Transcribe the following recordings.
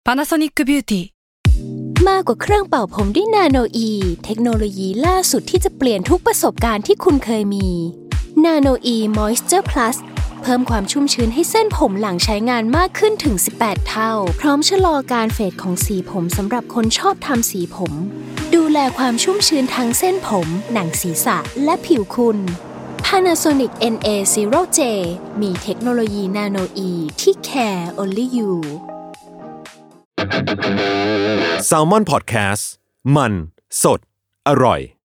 Panasonic Beauty มากกว่าเครื่องเป่าผมด้วยนาโนอีเทคโนโลยีล่าสุดที่จะเปลี่ยนทุกประสบการณ์ที่คุณเคยมีนาโนอีมอยส์เจอร์พลัสเพิ่มความชุ่มชื้นให้เส้นผมหลังใช้งานมากขึ้นถึง18เท่าพร้อมชะลอการเฟดของสีผมสำหรับคนชอบทำสีผมดูแลความชุ่มชื้นทั้งเส้นผมหนังศีรษะและผิวคุณ Panasonic NA0J มีเทคโนโลยีนาโนอีที่ care only you Salmon Podcast มันสดอร่อย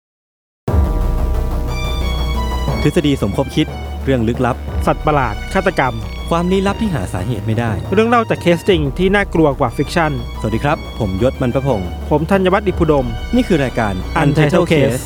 ทฤษฎีสมคบคิดเรื่องลึกลับสัตว์ประหลาดฆาตกรรมความลี้ลับที่หาสาเหตุไม่ได้เรื่องเล่าจากเคสจริงที่น่ากลัวกว่าฟิกชั่นสวัสดีครับผมยศมันประพงษ์ผมธัญวัฒน์อิพุดมนี่คือรายการ Untitled Case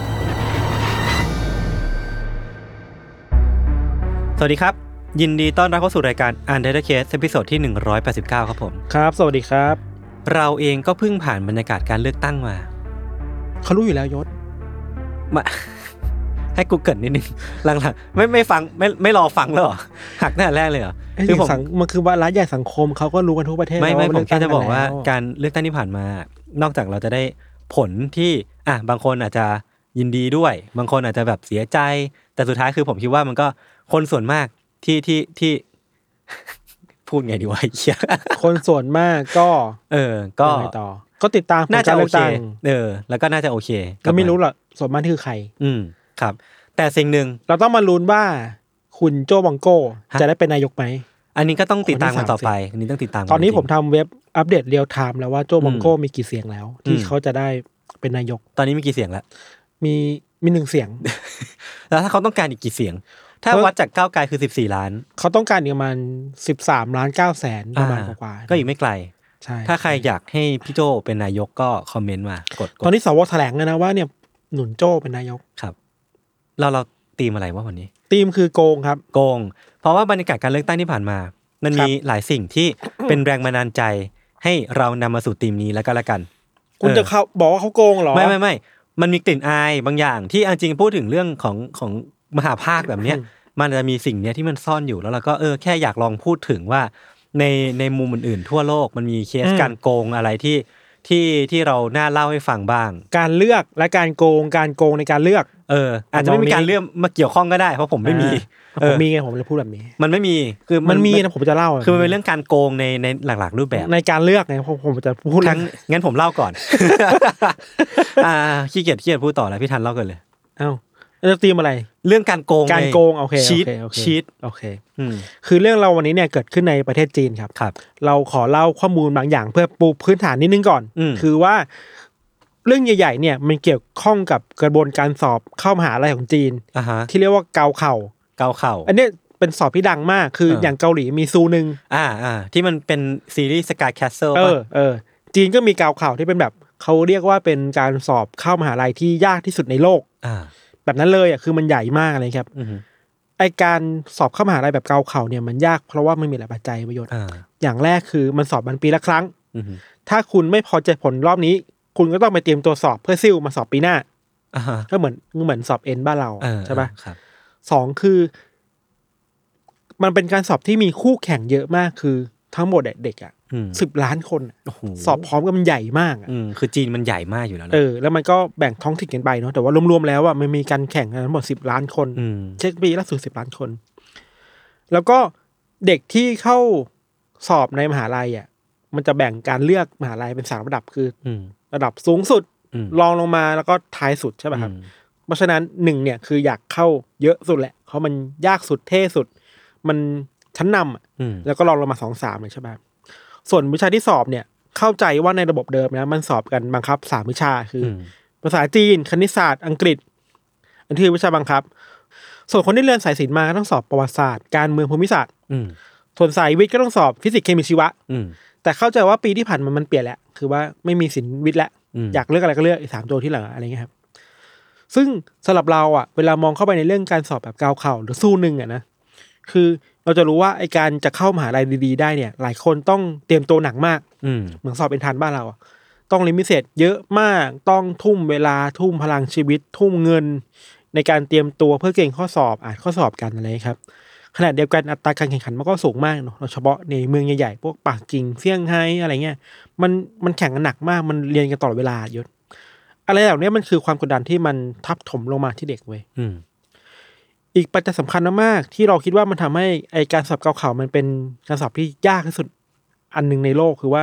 สวัสดีครับยินดีต้อนรับเข้าสู่รายการ Untitled Case ตอนที่189ครับผมครับสวัสดีครับเราเองก็เพิ่งผ่านบรรยากาศการเลือกตั้งมาเขารู้อยู่แล้วยศมาให้กูเกิดนิดนึงหลังๆไม่ฟังไม่รอฟังแล้วเหรอหักหน้าแรกเลยเหรอคือมันคือวาระใหญ่สังคมเขาก็รู้กันทั่วประเทศไม่ผมแค่จะบอกว่าการเลือกตั้งที่ผ่านมานอกจากเราจะได้ผลที่บางคนอาจจะยินดีด้วยบางคนอาจจะแบบเสียใจแต่สุดท้ายคือผมคิดว่ามันก็คนส่วนมากที่พูดไงดีวะเหี้ยคนส่วนมากก็ก็ติดตามน่าจะโอเคแล้วก็น่าจะโอเคก็ไม่รู้หรอกส่วนมากคือใครครับแต่สิ่งหนึ่งเราต้องมาลุ้นว่าคุณโจบังโก้จะได้เป็นนายกไหมอันนี้ก็ต้องติดตามกันต่อไปอันนี้ต้องติดตามตอนนี้ผมทำเว็บอัปเดตเรียลไทม์แล้วว่าโจบังโก้มีกี่เสียงแล้วที่เขาจะได้เป็นนายกตอนนี้มีกี่เสียงแล้วมี1เสียงแล้วถ้าเขาต้องการอีกกี่เสียงถ้าวัดจากก้าวไกลคือ14ล้านเขาต้องการประมาณ13.9 แสนประมาณกว่าก็อีกไม่ไกลใช่ถ้าใครอยากให้พี่โจเป็นนายกก็คอมเมนต์มากดตอนนี้สวแถลงแล้วนะว่าเนี่ยหนุนโจเป็นนายกครับเราธีมอะไรวะวันนี้ธีมคือโกงครับโกงเพราะว่าบรรยากาศการเลือกตั้งที่ผ่านมามันมีหลายสิ่งที่เป็นแรงบันดาลใจให้เรานำมาสู่ธีมนี้แล้วก็แล้วกันคุณจะเขาบอกว่าเขาโกงเหรอไม่มันมีกลิ่นอายบางอย่างที่จริงพูดถึงเรื่องของมหาภาคแบบเนี้ยมันจะมีสิ่งเนี้ยที่มันซ่อนอยู่แล้วเราก็แค่อยากลองพูดถึงว่าในมุมอื่นๆทั่วโลกมันมีเคสการโกงอะไรที่เราน่าเล่าให้ฟังบ้างการเลือกและการโกงในการเลือกอาจจะไม่มีการเลือกมาเกี่ยวข้องก็ได้เพราะผมไม่มีผมมีไงผมเลยพูดแบบนี้มันไม่มีคือมันมีนะผมจะเล่าคือมันเป็นเรื่องการโกงในหลากๆรูปแบบในการเลือกไงผมจะพูดงั้นผมเล่าก่อนขี้เกียจพูดต่อแล้วพี่ทันเล่าก่อนเลยจะตีมอะไรเรื่องการโกงโอเคชีทโอเคคือเรื่องเราวันนี้เนี่ยเกิดขึ้นในประเทศจีนครับเราขอเล่าข้อมูลบางอย่างเพื่อปูพื้นฐานนิดนึงก่อนคือว่าเรื่องใหญ่ๆเนี่ยมันเกี่ยวข้องกับกระบวนการสอบเข้ามหาวิทยาลัยของจีนที่เรียกว่าเกาเข่าอันนี้เป็นสอบที่ดังมากคืออย่างเกาหลีมีซูนึงที่มันเป็นซีรีส์ Sky Castle จีนก็มีเกาเข่าที่เป็นแบบเขาเรียกว่าเป็นการสอบเข้ามหาวิทยาลัยที่ยากที่สุดในโลกแบบนั้นเลยคือมันใหญ่มากเลยครับไอการสอบเข้ามหาวิทยาลัยแบบเกาเข่าเนี่ยมันยากเพราะว่ามันมีหลายปัจจัยประโยชน์อย่างแรกคือมันสอบมันปีละครั้งถ้าคุณไม่พอใจผลรอบนี้คุณก็ต้องไปเตรียมตัวสอบเพื่อซิ่วมาสอบปีหน้าก็เหมือนสอบเอ็นบ้านเราใช่ป่ะ2คือมันเป็นการสอบที่มีคู่แข่งเยอะมากคือทั้งหมดเด็ก10 ล้านคนสอบพร้อมกันมันใหญ่มากคือจีนมันใหญ่มากอยู่แล้วแล้วมันก็แบ่งท้องถิ่นกันไปเนาะแต่ว่ารวมๆแล้วมันมีการแข่งกันทั้งหมด10 ล้านคนเช็คปีล่าสุด10 ล้านคนแล้วก็เด็กที่เข้าสอบในมหาลัยมันจะแบ่งการเลือกมหาลัยเป็น3ระดับคือระดับสูงสุดรองลงมาแล้วก็ท้ายสุดใช่ป่ะครับเพราะฉะนั้น1เนี่ยคืออยากเข้าเยอะสุดแหละเพราะมันยากสุดเท่สุดมันชั้นนำแล้วก็รองลงมา2-3เลยใช่ป่ะส่วนวิชาที่สอบเนี่ยเข้าใจว่าในระบบเดิมนะมันสอบกันบังคับ3วิชาคือภาษาจีนคณิตศาสตร์อังกฤษอันที่วิชาบังคับส่วนคนที่เรียนสายศิลป์มาก็ต้องสอบประวัติศาสตร์การเมืองภูมิศาสตร์ส่วนสายวิทย์ก็ต้องสอบฟิสิกส์เคมีชีวะแต่เข้าใจว่าปีที่ผ่านมันเปลี่ยนแล้วคือว่าไม่มีศิลป์วิทย์แล้วอยากเลือกอะไรก็เลือกอีก3ตัวที่เหลืออะไรเงี้ยครับซึ่งสำหรับเราเวลามองเข้าไปในเรื่องการสอบแบบเกาเข่าหรือสู้นึงนะคือเราจะรู้ว่าไอการจะเข้ามหาลัยดีๆได้เนี่ยหลายคนต้องเตรียมตัวหนักมากเหมือนสอบเป็นทันบ้านเราต้องเรียนพิเศษเยอะมากต้องทุ่มเวลาทุ่มพลังชีวิตทุ่มเงินในการเตรียมตัวเพื่อเก่งข้อสอบอ่านข้อสอบกันอะไรครับขณะเดียวกันอัตราการแข่งขันมันก็สูงมากเนาะโดยเฉพาะในเมืองใหญ่ๆพวกปักกิ่งเซี่ยงไฮ้อะไรเงี้ยมันแข่งกันหนักมากมันเรียนกันตลอดเวลายศอะไรเหล่านี้มันคือความกดดันที่มันทับถมลงมาที่เด็กเว้ยอีกปัจจัยสำคัญมากที่เราคิดว่ามันทำให้ไอการสอบเกาข่าวมันเป็นการสอบที่ยากที่สุดอันหนึ่งในโลกคือว่า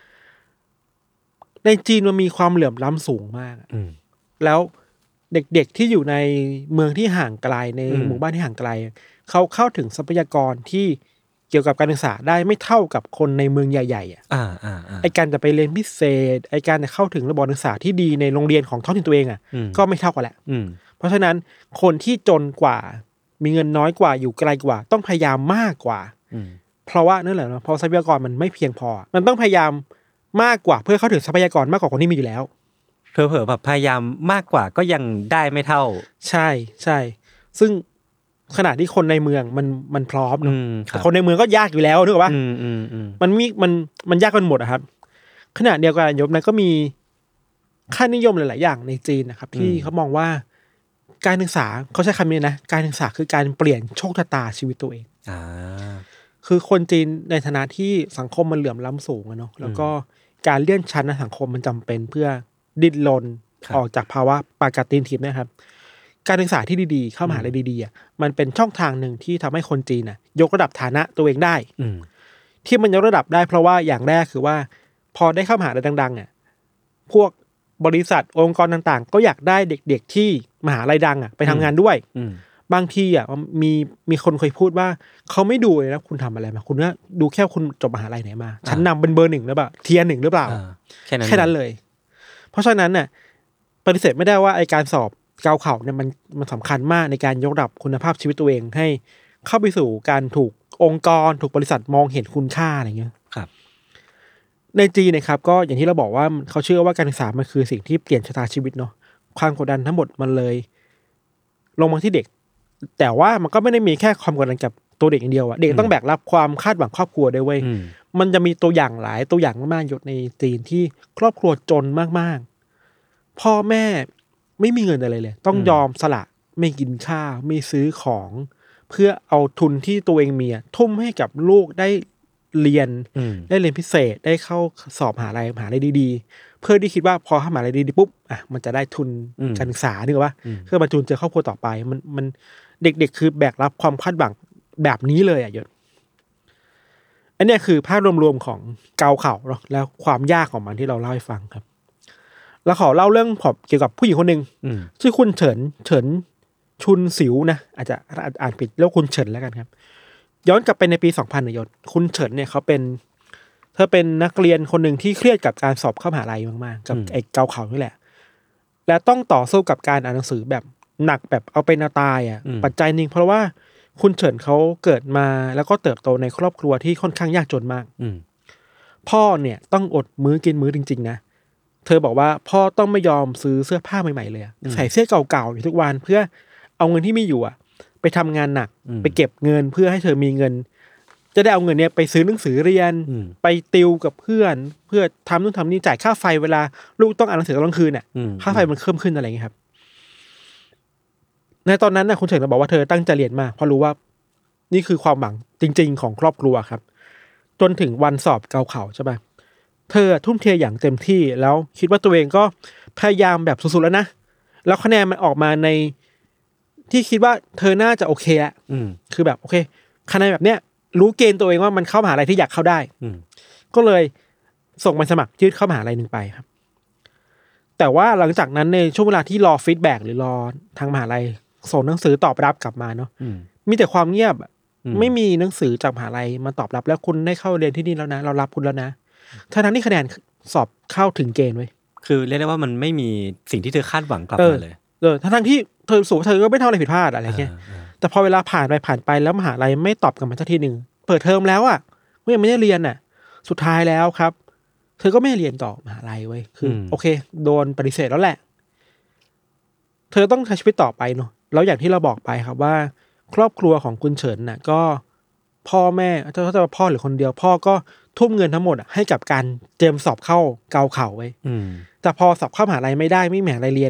ในจีนมันมีความเหลื่อมล้ำสูงมากแล้วเด็กๆที่อยู่ในเมืองที่ห่างไกลในหมู่บ้านที่ห่างไกลเขาเข้าถึงทรัพยากรที่เกี่ยวกับการศึกษาได้ไม่เท่ากับคนในเมืองใหญ่ๆอ่ะไอการจะไปเรียนพิเศษไอการจะเข้าถึงระบบการศึกษาที่ดีในโรงเรียนของท้องถิ่นตัวเองอ่ะก็ไม่เท่ากันแหละเพราะฉะนั้นคนที่จนกว่ามีเงินน้อยกว่าอยู่ไกลกว่าต้องพยายามมากกว่าเพราะว่านั่นแหละนะเพราะทรัพยากรมันไม่เพียงพอมันต้องพยายามมากกว่าเพื่อเข้าถึงทรัพยากรมากกว่าคนที่มีอยู่แล้วเผลอๆแบบพยายามมากกว่าก็ยังได้ไม่เท่าใช่ใช่ซึ่งขณะที่คนในเมืองมันพร้อมเนอะแต่คนในเมืองก็ยากอยู่แล้วนึกว่ามันยากกันหมดอะครับขณะเดียวกันยบนั้นก็มีค่านิยมหลายๆอย่างในจีนนะครับที่เขามองว่าการศึกษาเขาใช้คำนี้นะการศึกษาคือการเปลี่ยนโชคชะตาชีวิตตัวเองคือคนจีนในฐานะที่สังคมมันเหลื่อมล้ำสูงอะเนาะแล้วก็การเลื่อนชั้นในสังคมมันจำเป็นเพื่อดิ้นรนออกจากภาวะปากาตีนถีบนะครับการศึกษาที่ดีๆเข้ามหาลัยดีๆอ่ะมันเป็นช่องทางหนึ่งที่ทำให้คนจีนน่ะยกระดับฐานะตัวเองได้ที่มันยกระดับได้เพราะว่าอย่างแรกคือว่าพอได้เข้ามหาลัยดังๆอ่ะพวกบริษัทองค์กรต่างๆก็อยากได้เด็กๆที่มหาลัยดังอ่ะไปทำงานด้วยบางทีอ่ะมีคนเคยพูดว่าเขาไม่ดูเลยนะคุณทำอะไรมาคุณก็ดูแค่คุณจบมหาลัยไหนมาชั้นนำเป็นเบอร์ 1หรือเปล่าเทียร์ 1หรือเปล่าแค่นั้นเลยเพราะฉะนั้นน่ะปฏิเสธไม่ได้ว่าไอ้การสอบเกาเข่าเนี่ยมันสำคัญมากในการยกระดับคุณภาพชีวิตตัวเองให้เข้าไปสู่การถูกองค์กรถูกบริษัทมองเห็นคุณค่าอะไรเงี้ยครับในจีนนะครับก็อย่างที่เราบอกว่าเขาเชื่อว่าการศึกษามันคือสิ่งที่เปลี่ยนชะตาชีวิตเนาะความกดดันทั้งหมดมันเลยลงมาที่เด็กแต่ว่ามันก็ไม่ได้มีแค่ความกดดันกับตัวเด็กอย่างเดียวอะเด็กต้องแบกรับความคาดหวังครอบครัวด้วยเว้ยมันจะมีตัวอย่างหลายตัวอย่างมากๆอยู่ในจีนที่ครอบครัวจนมากๆพ่อแม่ไม่มีเงินอะไรเลยต้องยอมสละไม่กินข้าวไม่ซื้อของเพื่อเอาทุนที่ตัวเองมีทุ่มให้กับลูกได้เรียนพิเศษได้เข้าสอบมหาลัยดีๆเพื่อที่คิดว่าพอเข้ามหาลัยดีๆปุ๊บอ่ะมันจะได้ทุนการศึกษานึกว่าเพื่อมาจุนเจือครอบครัวต่อไปมันเด็กๆคือแบกรับความคาดหวังแบบนี้เลยอ่ะยศอันนี้คือภาพรวมๆของเกาเข่าแล้วความยากของมันที่เราเล่าให้ฟังครับแล้วขอเล่าเรื่องเกี่ยวกับผู้หญิงคนหนึ่งชื่อคุณเฉินชุนสิวนะอาจจะอ่านผิดแล้วคุณเฉินแล้วกันครับย้อนกลับไปในปี 2000 นยศคุณเฉินเนี่ยเธอเป็นนักเรียนคนหนึ่งที่เครียดกับการสอบเข้ามหาลัยมากๆกับไอ้เกาเข่านี่แหละและต้องต่อสู้กับการอ่านหนังสือแบบหนักแบบเอาเป็นเอาตายอ่ะปัจจัยนึงเพราะว่าคุณเฉินเขาเกิดมาแล้วก็เติบโตในครอบครัวที่ค่อนข้างยากจนมากพ่อเนี่ยต้องอดมื้อกินมื้อจริงๆนะเธอบอกว่าพ่อต้องไม่ยอมซื้อเสื้อผ้าใหม่ๆเลยใส่เสื้อเก่าๆอยู่ทุกวันเพื่อเอาเงินที่มีอยู่ไปทำงานหนักไปเก็บเงินเพื่อให้เธอมีเงินจะได้เอาเงินเนี่ยไปซื้อหนังสือเรียนไปติวกับเพื่อนเพื่อทำนู่นทำนี่จ่ายค่าไฟเวลาลูกต้องอ่านหนังสืตอนกลางคืนเนี่ยค่าไฟมันเพิ่มขึ้นอะไรอย่างเงี้ยครับในตอนนั้นคุณเฉินบอกว่าเธอตั้งใจเรียนมากเพราะรู้ว่านี่คือความหวังจริงๆของครอบครัวครับจนถึงวันสอบเกาเข่าใช่ไหมเธอทุ่มเทอย่างเต็มที่แล้วคิดว่าตัวเองก็พยายามแบบสุดๆแล้วนะแล้วคะแนนมันออกมาในที่คิดว่าเธอน่าจะโอเคแล้วคือแบบโอเคคะแนนแบบเนี้ยรู้เกณฑ์ตัวเองว่ามันเข้ามหาลัยที่อยากเข้าได้ก็เลยส่งใบสมัครยื่นเข้ามหาลัยนึงไปครับแต่ว่าหลังจากนั้นในช่วงเวลาที่รอฟีดแบ็กหรือรอทางมหาลัยส่งหนังสือตอบรับกลับมาเนาะมีแต่ความเงียบไม่มีหนังสือจากมหาลัยมาตอบรับแล้วคุณได้เข้าเรียนที่นี่แล้วนะเรารับคุณแล้วนะทั้งที่คะแนนสอบเข้าถึงเกณฑ์ไว้คือเรียกได้ว่ามันไม่มีสิ่งที่เธอคาดหวังกลับมาเลยทั้งที่เธอสูงเธอก็ไม่ทำอะไรผิดพลาดอะไรเงี้ยแต่พอเวลาผ่านไปแล้วมหาลัยไม่ตอบกลับมาสักทีนึงเปิดเทอมแล้วก็ยังไม่ได้เรียนสุดท้ายแล้วครับเธอก็ไม่เรียนต่อมหาลัยไว้คือโอเคโดนปฏิเสธแล้วแหละเธอต้องใช้ชีวิตต่อไปเนาะแล้วอย่างที่เราบอกไปครับว่าครอบครัวของคุณเฉินก็พ่อแม่จะพ่อหรือคนเดียวพ่อก็ทุ่มเงินทั้งหมดให้กับการเตรียมสอบเข้าเกาเข่าไว้แต่พอสอบเข้ามหาลัยไม่ได้ไม่มีมหาลัยเรียน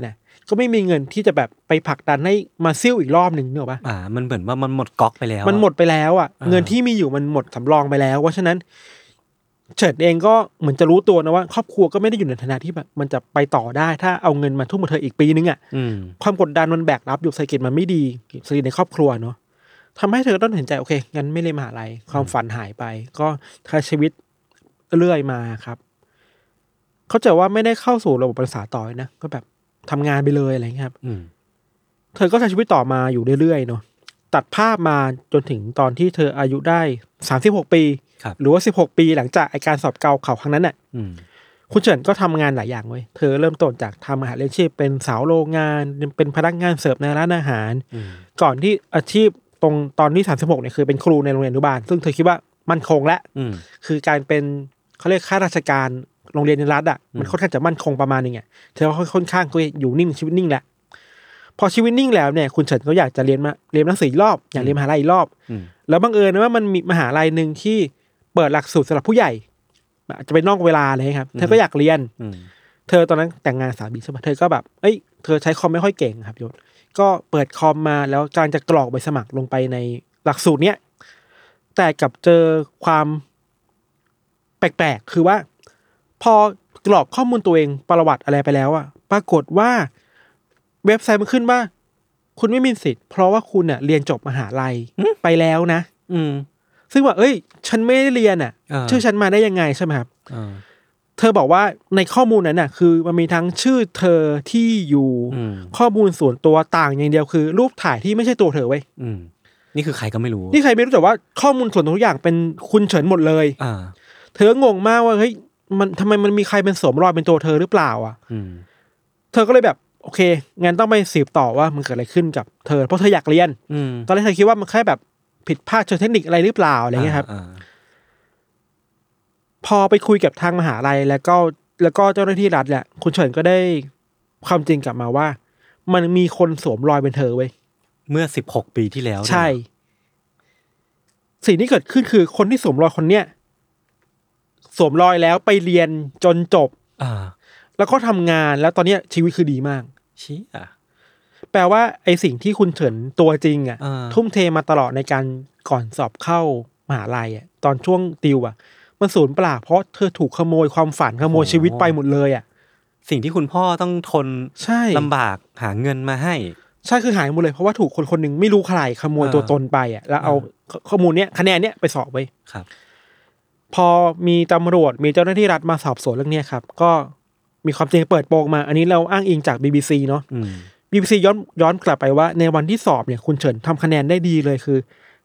ก็ไม่มีเงินที่จะแบบไปผลักดันให้มาซิ่วอีกรอบนึงเนอะปะมันเหมือนว่ามันหมดก๊อกไปแล้วมันหมดไปแล้วอ่ะเงินที่มีอยู่มันหมดสำรองไปแล้วเพราะฉะนั้นเฉินเองก็เหมือนจะรู้ตัวนะว่าครอบครัวก็ไม่ได้อยู่ในฐานะที่แบบมันจะไปต่อได้ถ้าเอาเงินมาทุ่มกับเธออีกปีนึงอ่ะความกดดันมันแบกรับอยู่เศรษฐกิจมันไม่ดีเศรษฐกิจในครอบครัวเนาะทำให้เธอต้องเห็นใจโอเคงั้นไม่เรียนมหาลัยความฝันหายไปก็ใช้ชีวิตเรื่อยมาครับเขาใจว่าไม่ได้เข้าสู่ระบบการศึกษาต่อนะก็แบบทำงานไปเลยอะไรเงี้ยครับเธอก็ใช้ชีวิตต่อมาอยู่เรื่อยๆเนาะตัดภาพมาจนถึงตอนที่เธออายุได้36ปีหรือว่า16ปีหลังจากการสอบเกาเขาครั้งนั้นน่ะคุณเฉินก็ทำงานหลายอย่างเว้ยเธอเริ่มต้นจากทำอาหารเลี้ยงชีพเป็นสาวโรงงานเป็นพนักงานเสิร์ฟในร้านอาหารก่อนที่อาชีพตรงตอนที่36เนี่ยคือเป็นครูในโรงเรียนอนุบาลซึ่งเธอคิดว่ามั่นคงแล้วคือการเป็นเขาเรียกข้าราชการโรงเรียนในรัฐอ่ะมันค่อนข้างจะมั่นคงประมาณนึงไงเธอค่อนข้างก็อยู่นิ่งชีวิตนิ่งแหละพอชีวิตนิ่งแล้วเนี่ยคุณเฉินก็อยากจะเรียนหนังสืออีกรอบอยากเรียนมหาลัยอีกรอบแล้วบังเอิญนะว่ามันมีมหาลัยนึงที่เปิดหลักสูตรสำหรับผู้ใหญ่จะไปนอกเวลาเลยครับเธอก็อยากเรียนเธอตอนนั้นแต่งงานสามีใช่ไหมเธอก็แบบเธอใช้คอมไม่ค่อยเก่งครับยศก็เปิดคอมมาแล้วการจะกรอกใบสมัครลงไปในหลักสูตรเนี้ยแต่กับเจอความแปลกๆคือว่าพอกรอกข้อมูลตัวเองประวัติอะไรไปแล้วอะปรากฏว่าเว็บไซต์มันขึ้นว่าคุณไม่มีสิทธิ์เพราะว่าคุณเรียนจบมหาลัยไปแล้วนะซึ่งว่าฉันไม่ได้เรียนชื่อฉันมาได้ยังไงใช่ไหมครับเธอบอกว่าในข้อมูลนั้นคือมันมีทั้งชื่อเธอที่อยู่ข้อมูลส่วนตัวต่างอย่างเดียวคือรูปถ่ายที่ไม่ใช่ตัวเธอเว้ยนี่คือใครก็ไม่รู้นี่ใครไม่รู้แต่ว่าข้อมูลส่วนตัวทุกอย่างเป็นคุณเฉินหมดเลยเธองงมากว่าเฮ้ยมันทำไมมันมีใครเป็นสวมรอยเป็นตัวเธอหรือเปล่าเธอก็เลยแบบโอเคงั้นต้องไปสืบต่อว่ามันเกิดอะไรขึ้นกับเธอเพราะเธออยากเรียนตอนแรกเธอคิดว่ามันแค่แบบผิดพลาดเชิงเทคนิคอะไรหรือเปล่าอะไรเงี้ยครับพอไปคุยกับทางมหาลัยแล้วก็เจ้าหน้าที่รัฐแหละคุณเฉินก็ได้ความจริงกลับมาว่ามันมีคนสวมรอยเป็นเธอเว้ยเมื่อ16 ปีที่แล้วใช่สิ่งที่เกิดขึ้นคือคนที่สวมรอยคนเนี้ยสวมรอยแล้วไปเรียนจนจบแล้วก็ทำงานแล้วตอนนี้ชีวิตคือดีมากชี้แปลว่าไอสิ่งที่คุณเฉินตัวจริงทุ่มเทมาตลอดในการก่อนสอบเข้ามหาลัยตอนช่วงติวมันสูญเปล่าเพราะเธอถูกขโมยความฝันขโมยชีวิตไปหมดเลยสิ่งที่คุณพ่อต้องทนลำบากหาเงินมาให้ใช่คือหายหมดเลยเพราะว่าถูกคนคนหนึ่งไม่รู้ใครขโมยตัวตนไปแล้วเอาข้อมูลเนี้ยคะแนนเนี้ยไปสอบไว้ครับพอมีตำรวจมีเจ้าหน้าที่รัฐมาสอบสวนเรื่องนี้ครับก็มีความจริงเปิดโปงมาอันนี้เราอ้างอิงจาก BBC เนาะ BBC ย้อนกลับไปว่าในวันที่สอบเนี่ยคุณเฉินทำคะแนนได้ดีเลยคือ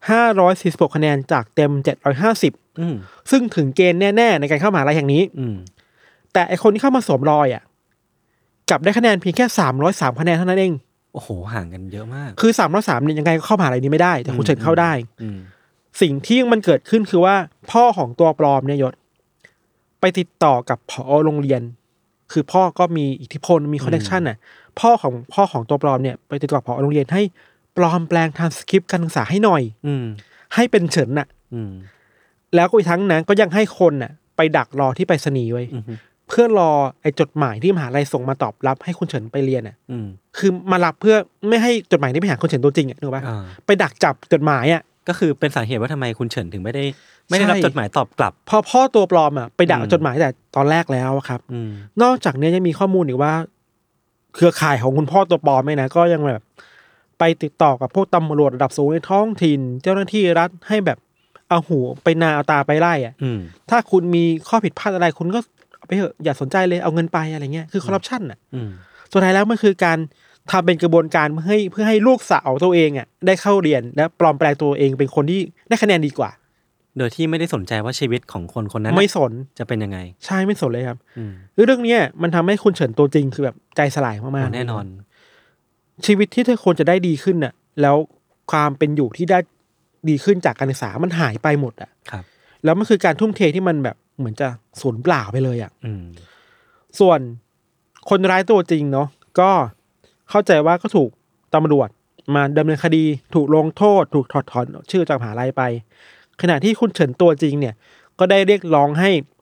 546คะแนนจากเต็ม750ซึ่งถึงเกณฑ์แน่ๆในการเข้ามหาลัยแห่งนี้แต่ไอคนที่เข้ามาสวมรอยกลับได้คะแนนเพียงแค่303คะแนนเท่านั้นเองโอ้โหห่างกันเยอะมากคือ303เนี่ยยังไงก็เข้ามหาลัยนี้ไม่ได้แต่คุณเฉินเข้าได้สิ่งที่มันเกิดขึ้นคือว่าพ่อของตัวปลอมเนี่ยยศไปติดต่อกับผอ.โรงเรียนคือพ่อก็มีอิทธิพลมีคอนเนคชั่นพ่อของตัวปลอมเนี่ยไปติดต่อผอ.โรงเรียนให้ปลอมแปลงทรานสคริปต์การศึกษาให้หน่อยให้เป็นเฉินแล้วก็อีกทั้งนั้นก็ยังให้คนไปดักรอที่ไปรษณีย์ไว้เพื่อรอไอ้จดหมายที่มหาลัยส่งมาตอบรับให้คุณเฉินไปเรียนคือมารับเพื่อไม่ให้จดหมายนี้ไปหาคุณเฉินตัวจริงนึกป่ะไปดักจับจดหมายก็คือเป็นสาเหตุว่าทำไมคุณเฉินถึงไม่ได้รับจดหมายตอบกลับพอพ่อตัวปลอมไปดักจดหมายแต่ตอนแรกแล้วครับนอกจากนี้ยังมีข้อมูลอีกว่าเครือข่ายของคุณพ่อตัวปลอมนะก็ยังแบบไปติดต่อกับพวกตำรวจระดับสูงในท้องถิ่นเจ้าหน้าที่รัฐให้แบบเอาหูไปนาเอาตาไปไล่ถ้าคุณมีข้อผิดพลาดอะไรคุณก็เอาไปเถอะอย่าสนใจเลยเอาเงินไปอะไรเงี้ยคือคอร์รัปชันสุดท้ายแล้วมันคือการทำเป็นกระบวนการเพื่อให้ลูกสาวตัวเองได้เข้าเรียนและปลอมแปลงตัวเองเป็นคนที่ได้คะแนนดีกว่าโดยที่ไม่ได้สนใจว่าชีวิตของคนคนนั้นไม่สนจะเป็นยังไงใช่ไม่สนเลยครับเรื่องนี้มันทำให้คุณเฉินตัวจริงคือแบบใจสลายมากๆแน่นอนชีวิตที่เธอควรจะได้ดีขึ้นแล้วความเป็นอยู่ที่ได้ดีขึ้นจากการศึกษามันหายไปหมดครับแล้วมันคือการทุ่มเทที่มันแบบเหมือนจะสูญเปล่าไปเลยส่วนคนร้ายตัวจริงเนาะก็เข้าใจว่าก็ถูกตำรวจมาดำเนินคดีถูกลงโทษถูกถอดถอนชื่อจากมหาลัยไปขณะที่คุณเฉินตัวจริงเนี่ยก็ได้เรียกร้องให้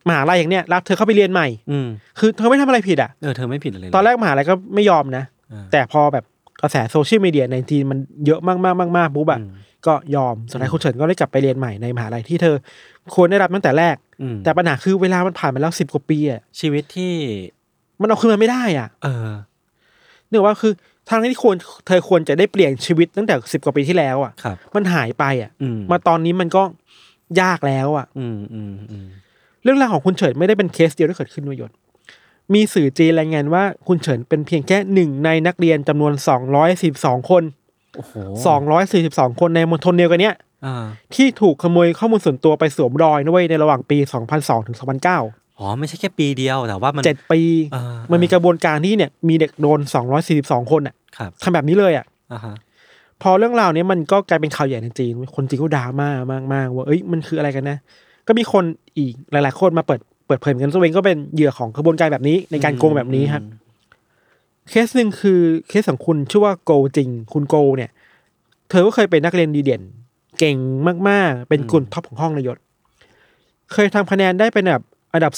มหาลัยอย่างเนี้ยรับเธอเข้าไปเรียนใหม่คือเธอไม่ทำอะไรผิดอ่ะเธอไม่ผิดอะไรตอนแรกมหาลัยก็ไม่ยอมนะแต่พอแบบกระแสโซเชียลมีเดียในจีนมันเยอะมากๆปุ๊บอะก็ยอมสุดท้ายคุณเฉินก็ได้กลับไปเรียนใหม่ในมหาลัยที่เธอควรได้รับตั้งแต่แรกแต่ปัญหาคือเวลามันผ่านมาแล้ว10 กว่าปีอะชีวิตที่มันเอาคืนมาไม่ได้อ่ะเนี่ยว่าคือทางที่เธอควรจะได้เปลี่ยนชีวิตตั้งแต่10 กว่าปีที่แล้วอ่ะมันหายไปอ่ะมาตอนนี้มันก็ยากแล้วอ่ะเรื่องราวของคุณเฉินไม่ได้เป็นเคสเดียวที่เกิดขึ้นประโยชน์มีสื่อจีนรายงานว่าคุณเฉินเป็นเพียงแค่1ในนักเรียนจำนวน242คน242คนในมณฑลเดียวกันเนี้ยที่ถูกขโมยข้อมูลส่วนตัวไปสวมรอยด้วยในระหว่างปี2002ถึง2009 ไม่ใช่แค่ปีเดียวแต่ว่ามัน 7 ปีมันมีกระบวนการที่เนี่ยมีเด็กโดน242คนอ่ะทำแบบนี้เลยอ่ะพอเรื่องราวนี้มันก็กลายเป็นข่าวใหญ่ในจีนคนจีนก็ดราม่ามากๆว่าเอ้ยมันคืออะไรกันนะก็มีคนอีกหลายๆคนมาเปิดเผยเหมือนกันตัวเองก็เป็นเหยื่อของกระบวนการแบบนี้ในการโกงแบบนี้ครับเคสหนึ่งคือเคสของคุณชื่อว่าโกจริงคุณโกเนี่ยเธอก็เคยเป็นนักเรียนดีเด่นเก่งมากๆเป็นกลุ่มท็อปของห้องนายศเคยทำคะแนนได้เป็นแบบอันดับ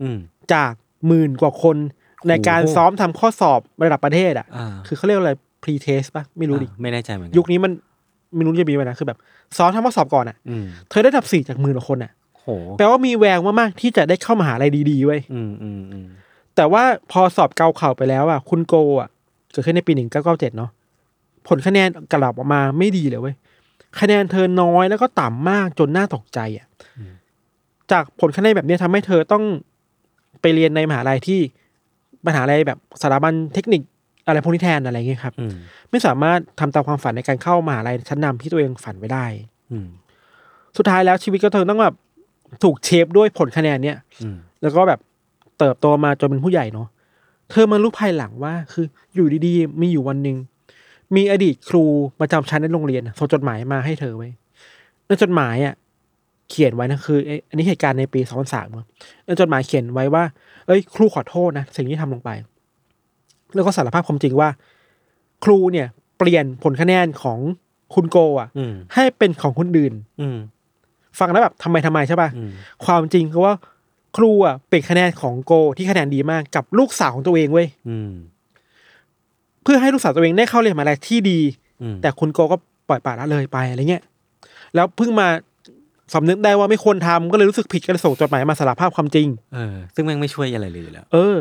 4จาก10,000 กว่าคนในการซ้อมทำข้อสอบระดับประเทศอ่ะคือเขาเรียกอะไร pre-test ป่ะไม่รู้ดิไม่แน่ใจเหมือนกันยุคนี้มันไม่รู้จะมีไหมนะคือแบบซ้อมทำข้อสอบก่อนอ่ะเธอได้อันดับ4จาก10,000 กว่าคนอ่ะแปลว่ามีแววมากๆที่จะได้เข้ามหาลัยดีๆเว้ยแต่ว่าพอสอบเกาเข่าไปแล้วอ่ะคุณโกอ่ะเกิดขึ้นในปี1997เนาะผลคะแนนกลับออกมาไม่ดีเลยเว้ยคะแนนเธอน้อยแล้วก็ต่ำมากจนน่าตกใจอ่ะจากผลคะแนนแบบนี้ทำให้เธอต้องไปเรียนในมหาลัยที่มหาลัยแบบสถาบันเทคนิคอะไรพวกนี้แทนอะไรเงี้ยครับไม่สามารถทำตามความฝันในการเข้ามหาลัยชั้นนำที่ตัวเองฝันไว้ได้สุดท้ายแล้วชีวิตก็เธอต้องแบบถูกเชฟด้วยผลคะแนนเนี้ยแล้วก็แบบเติบโตมาจนเป็นผู้ใหญ่เนาะเธอมารู้ภายหลังว่าคืออยู่ดีๆมีอยู่วันนึงมีอดีตครูประจำชั้นในโรงเรียนส่งจดหมายมาให้เธอไว้ในจดหมายอ่ะเขียนไว้นะคืออันนี้เหตุการณ์ในปี2003เนาะในจดหมายเขียนไว้ว่าเอ้ยครูขอโทษนะสิ่งที่ทำลงไปแล้วก็สารภาพความจริงว่าครูเนี่ยเปลี่ยนผลคะแนนของคุณโกอ่ะให้เป็นของคนอื่นฟังแล้วแบบทำไมใช่ป่ะความจริงคือว่าครูอ่ะเปลี่ยนคะแนนของโกที่คะแนนดีมากกับลูกสาวของตัวเองเว้ยเพื่อให้ลูกสาวตัวเองได้เข้าเรียนมหาลัยที่ดีแต่คุณโกก็ปล่อยปละละเลยไปอะไรเงี้ยแล้วเพิ่งมาสำนึกได้ว่าไม่ควรทำก็เลยรู้สึกผิดก็เลยส่งจดหมายมาสารภาพความจริงซึ่งแม่งไม่ช่วยอะไรเลยอยู่แล้ว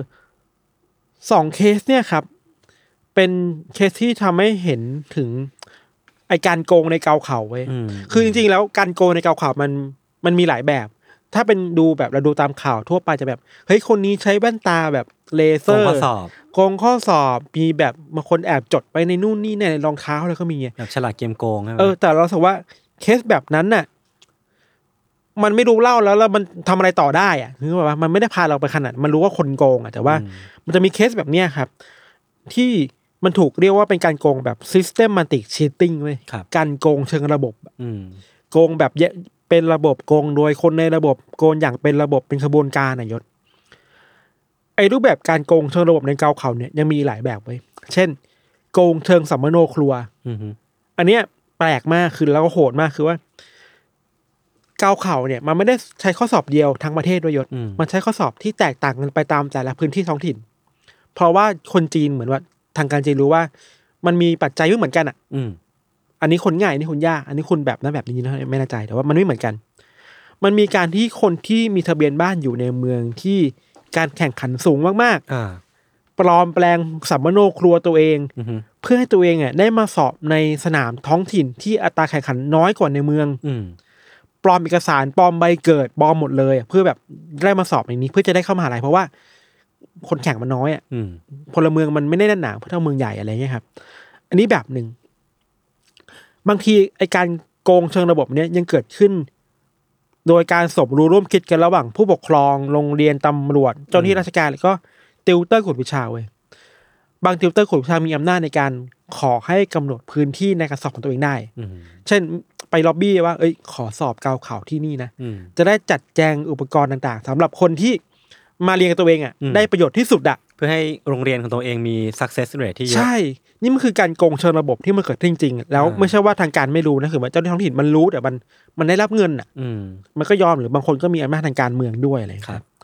2 เคสเนี่ยครับเป็นเคสที่ทำให้เห็นถึงไอการโกงในเกาข่าวไว้คือจริงๆแล้วการโกงในเกาข่าวมันมีหลายแบบถ้าเป็นดูแบบเราดูตามข่าวทั่วไปจะแบบเฮ้ยคนนี้ใช้แว่นตาแบบเลเซอร์โกงข้อสอบมีแบบบางคนแอบจดไปในนู่นนี่ในรองเท้าอะไรก็มีแบบฉลาดเกมโกงแต่เราสึกว่าเคสแบบนั้นน่ะมันไม่รู้เล่าแล้วมันทำอะไรต่อได้อ่ะคือแบบว่ามันไม่ได้พาเราไปขนาดมันรู้ว่าคนโกงอ่ะแต่ว่ามันจะมีเคสแบบเนี้ยครับที่มันถูกเรียกว่าเป็นการโกงแบบ systematic cheating เว้ยการโกงเชิงระบบโกงแบบเป็นระบบโกงโดยคนในระบบโกงอย่างเป็นระบบเป็นขบวนการยศไอ้รูปแบบการโกงเชิงระบบในเกาเขาเนี่ยยังมีหลายแบบเว้ยเช่นโกงเชิงสัมมโนครัวอันเนี้ยแปลกมากคือแล้วก็โหดมากคือว่าเกาเข่าเนี่ยมันไม่ได้ใช้ข้อสอบเดียวทั้งประเทศด้วยยศมันใช้ข้อสอบที่แตกต่างกันไปตามแต่ละพื้นที่ท้องถิ่นเพราะว่าคนจีนเหมือนว่าทางการจีนรู้ว่ามันมีปัจจัยไม่เหมือนกันอ่ะอันนี้คนง่ายอันนี้คนยากอันนี้คนแบบนั้นแบบนี้นะไม่แน่ใจแต่ว่ามันไม่เหมือนกันมันมีการที่คนที่มีทะเบียนบ้านอยู่ในเมืองที่การแข่งขันสูงมากๆปลอมแปลงสัมมโนครัวตัวเองเพื่อให้ตัวเองอ่ะได้มาสอบในสนามท้องถิ่นที่อัตราแข่งขันน้อยกว่าในเมืองปลอมเอกสารปลอมใบเกิดปลอมหมดเลยเพื่อแบบได้มาสอบอย่างนี้เพื่อจะได้เข้ามหาลัยเพราะว่าคนแข่งมันน้อยอ่ะพลเมืองมันไม่ได้แน่นหนาเพื่อเท่าเมืองใหญ่อะไรเงี้ยครับอันนี้แบบหนึ่งบางทีไอการโกงเชิงระบบเนี้ยยังเกิดขึ้นโดยการสมรู้ร่วมคิดกันระหว่างผู้ปกครองโรงเรียนตำรวจเจ้าหน้าที่ราชการแล้วก็ติวเตอร์กวดวิชาเว้ยบางติวเตอร์กวดวิชามีอำนาจในการขอให้กำหนดพื้นที่ในการสอบของตัวเองได้เช่นไปล็อบบี้ว่าเอ้ยขอสอบเกาข่าวที่นี่นะจะได้จัดแจงอุปกรณ์ต่างๆสำหรับคนที่มาเรียนกับตัวเองอ่ะได้ประโยชน์ที่สุดอ่ะเพื่อให้โรงเรียนของตัวเองมี success rate ที่เยอะใช่นี่มันคือการโกงเชิงระบบที่มันเกิดขึ้นจริงๆแล้วไม่ใช่ว่าทางการไม่รู้นะคือว่าเจ้าหน้าที่ท้องถิ่นมันรู้แต่มันได้รับเงินอ่ะมันก็ยอมหรือบางคนก็มีอำนาจทางการเมืองด้วยอะไรครับ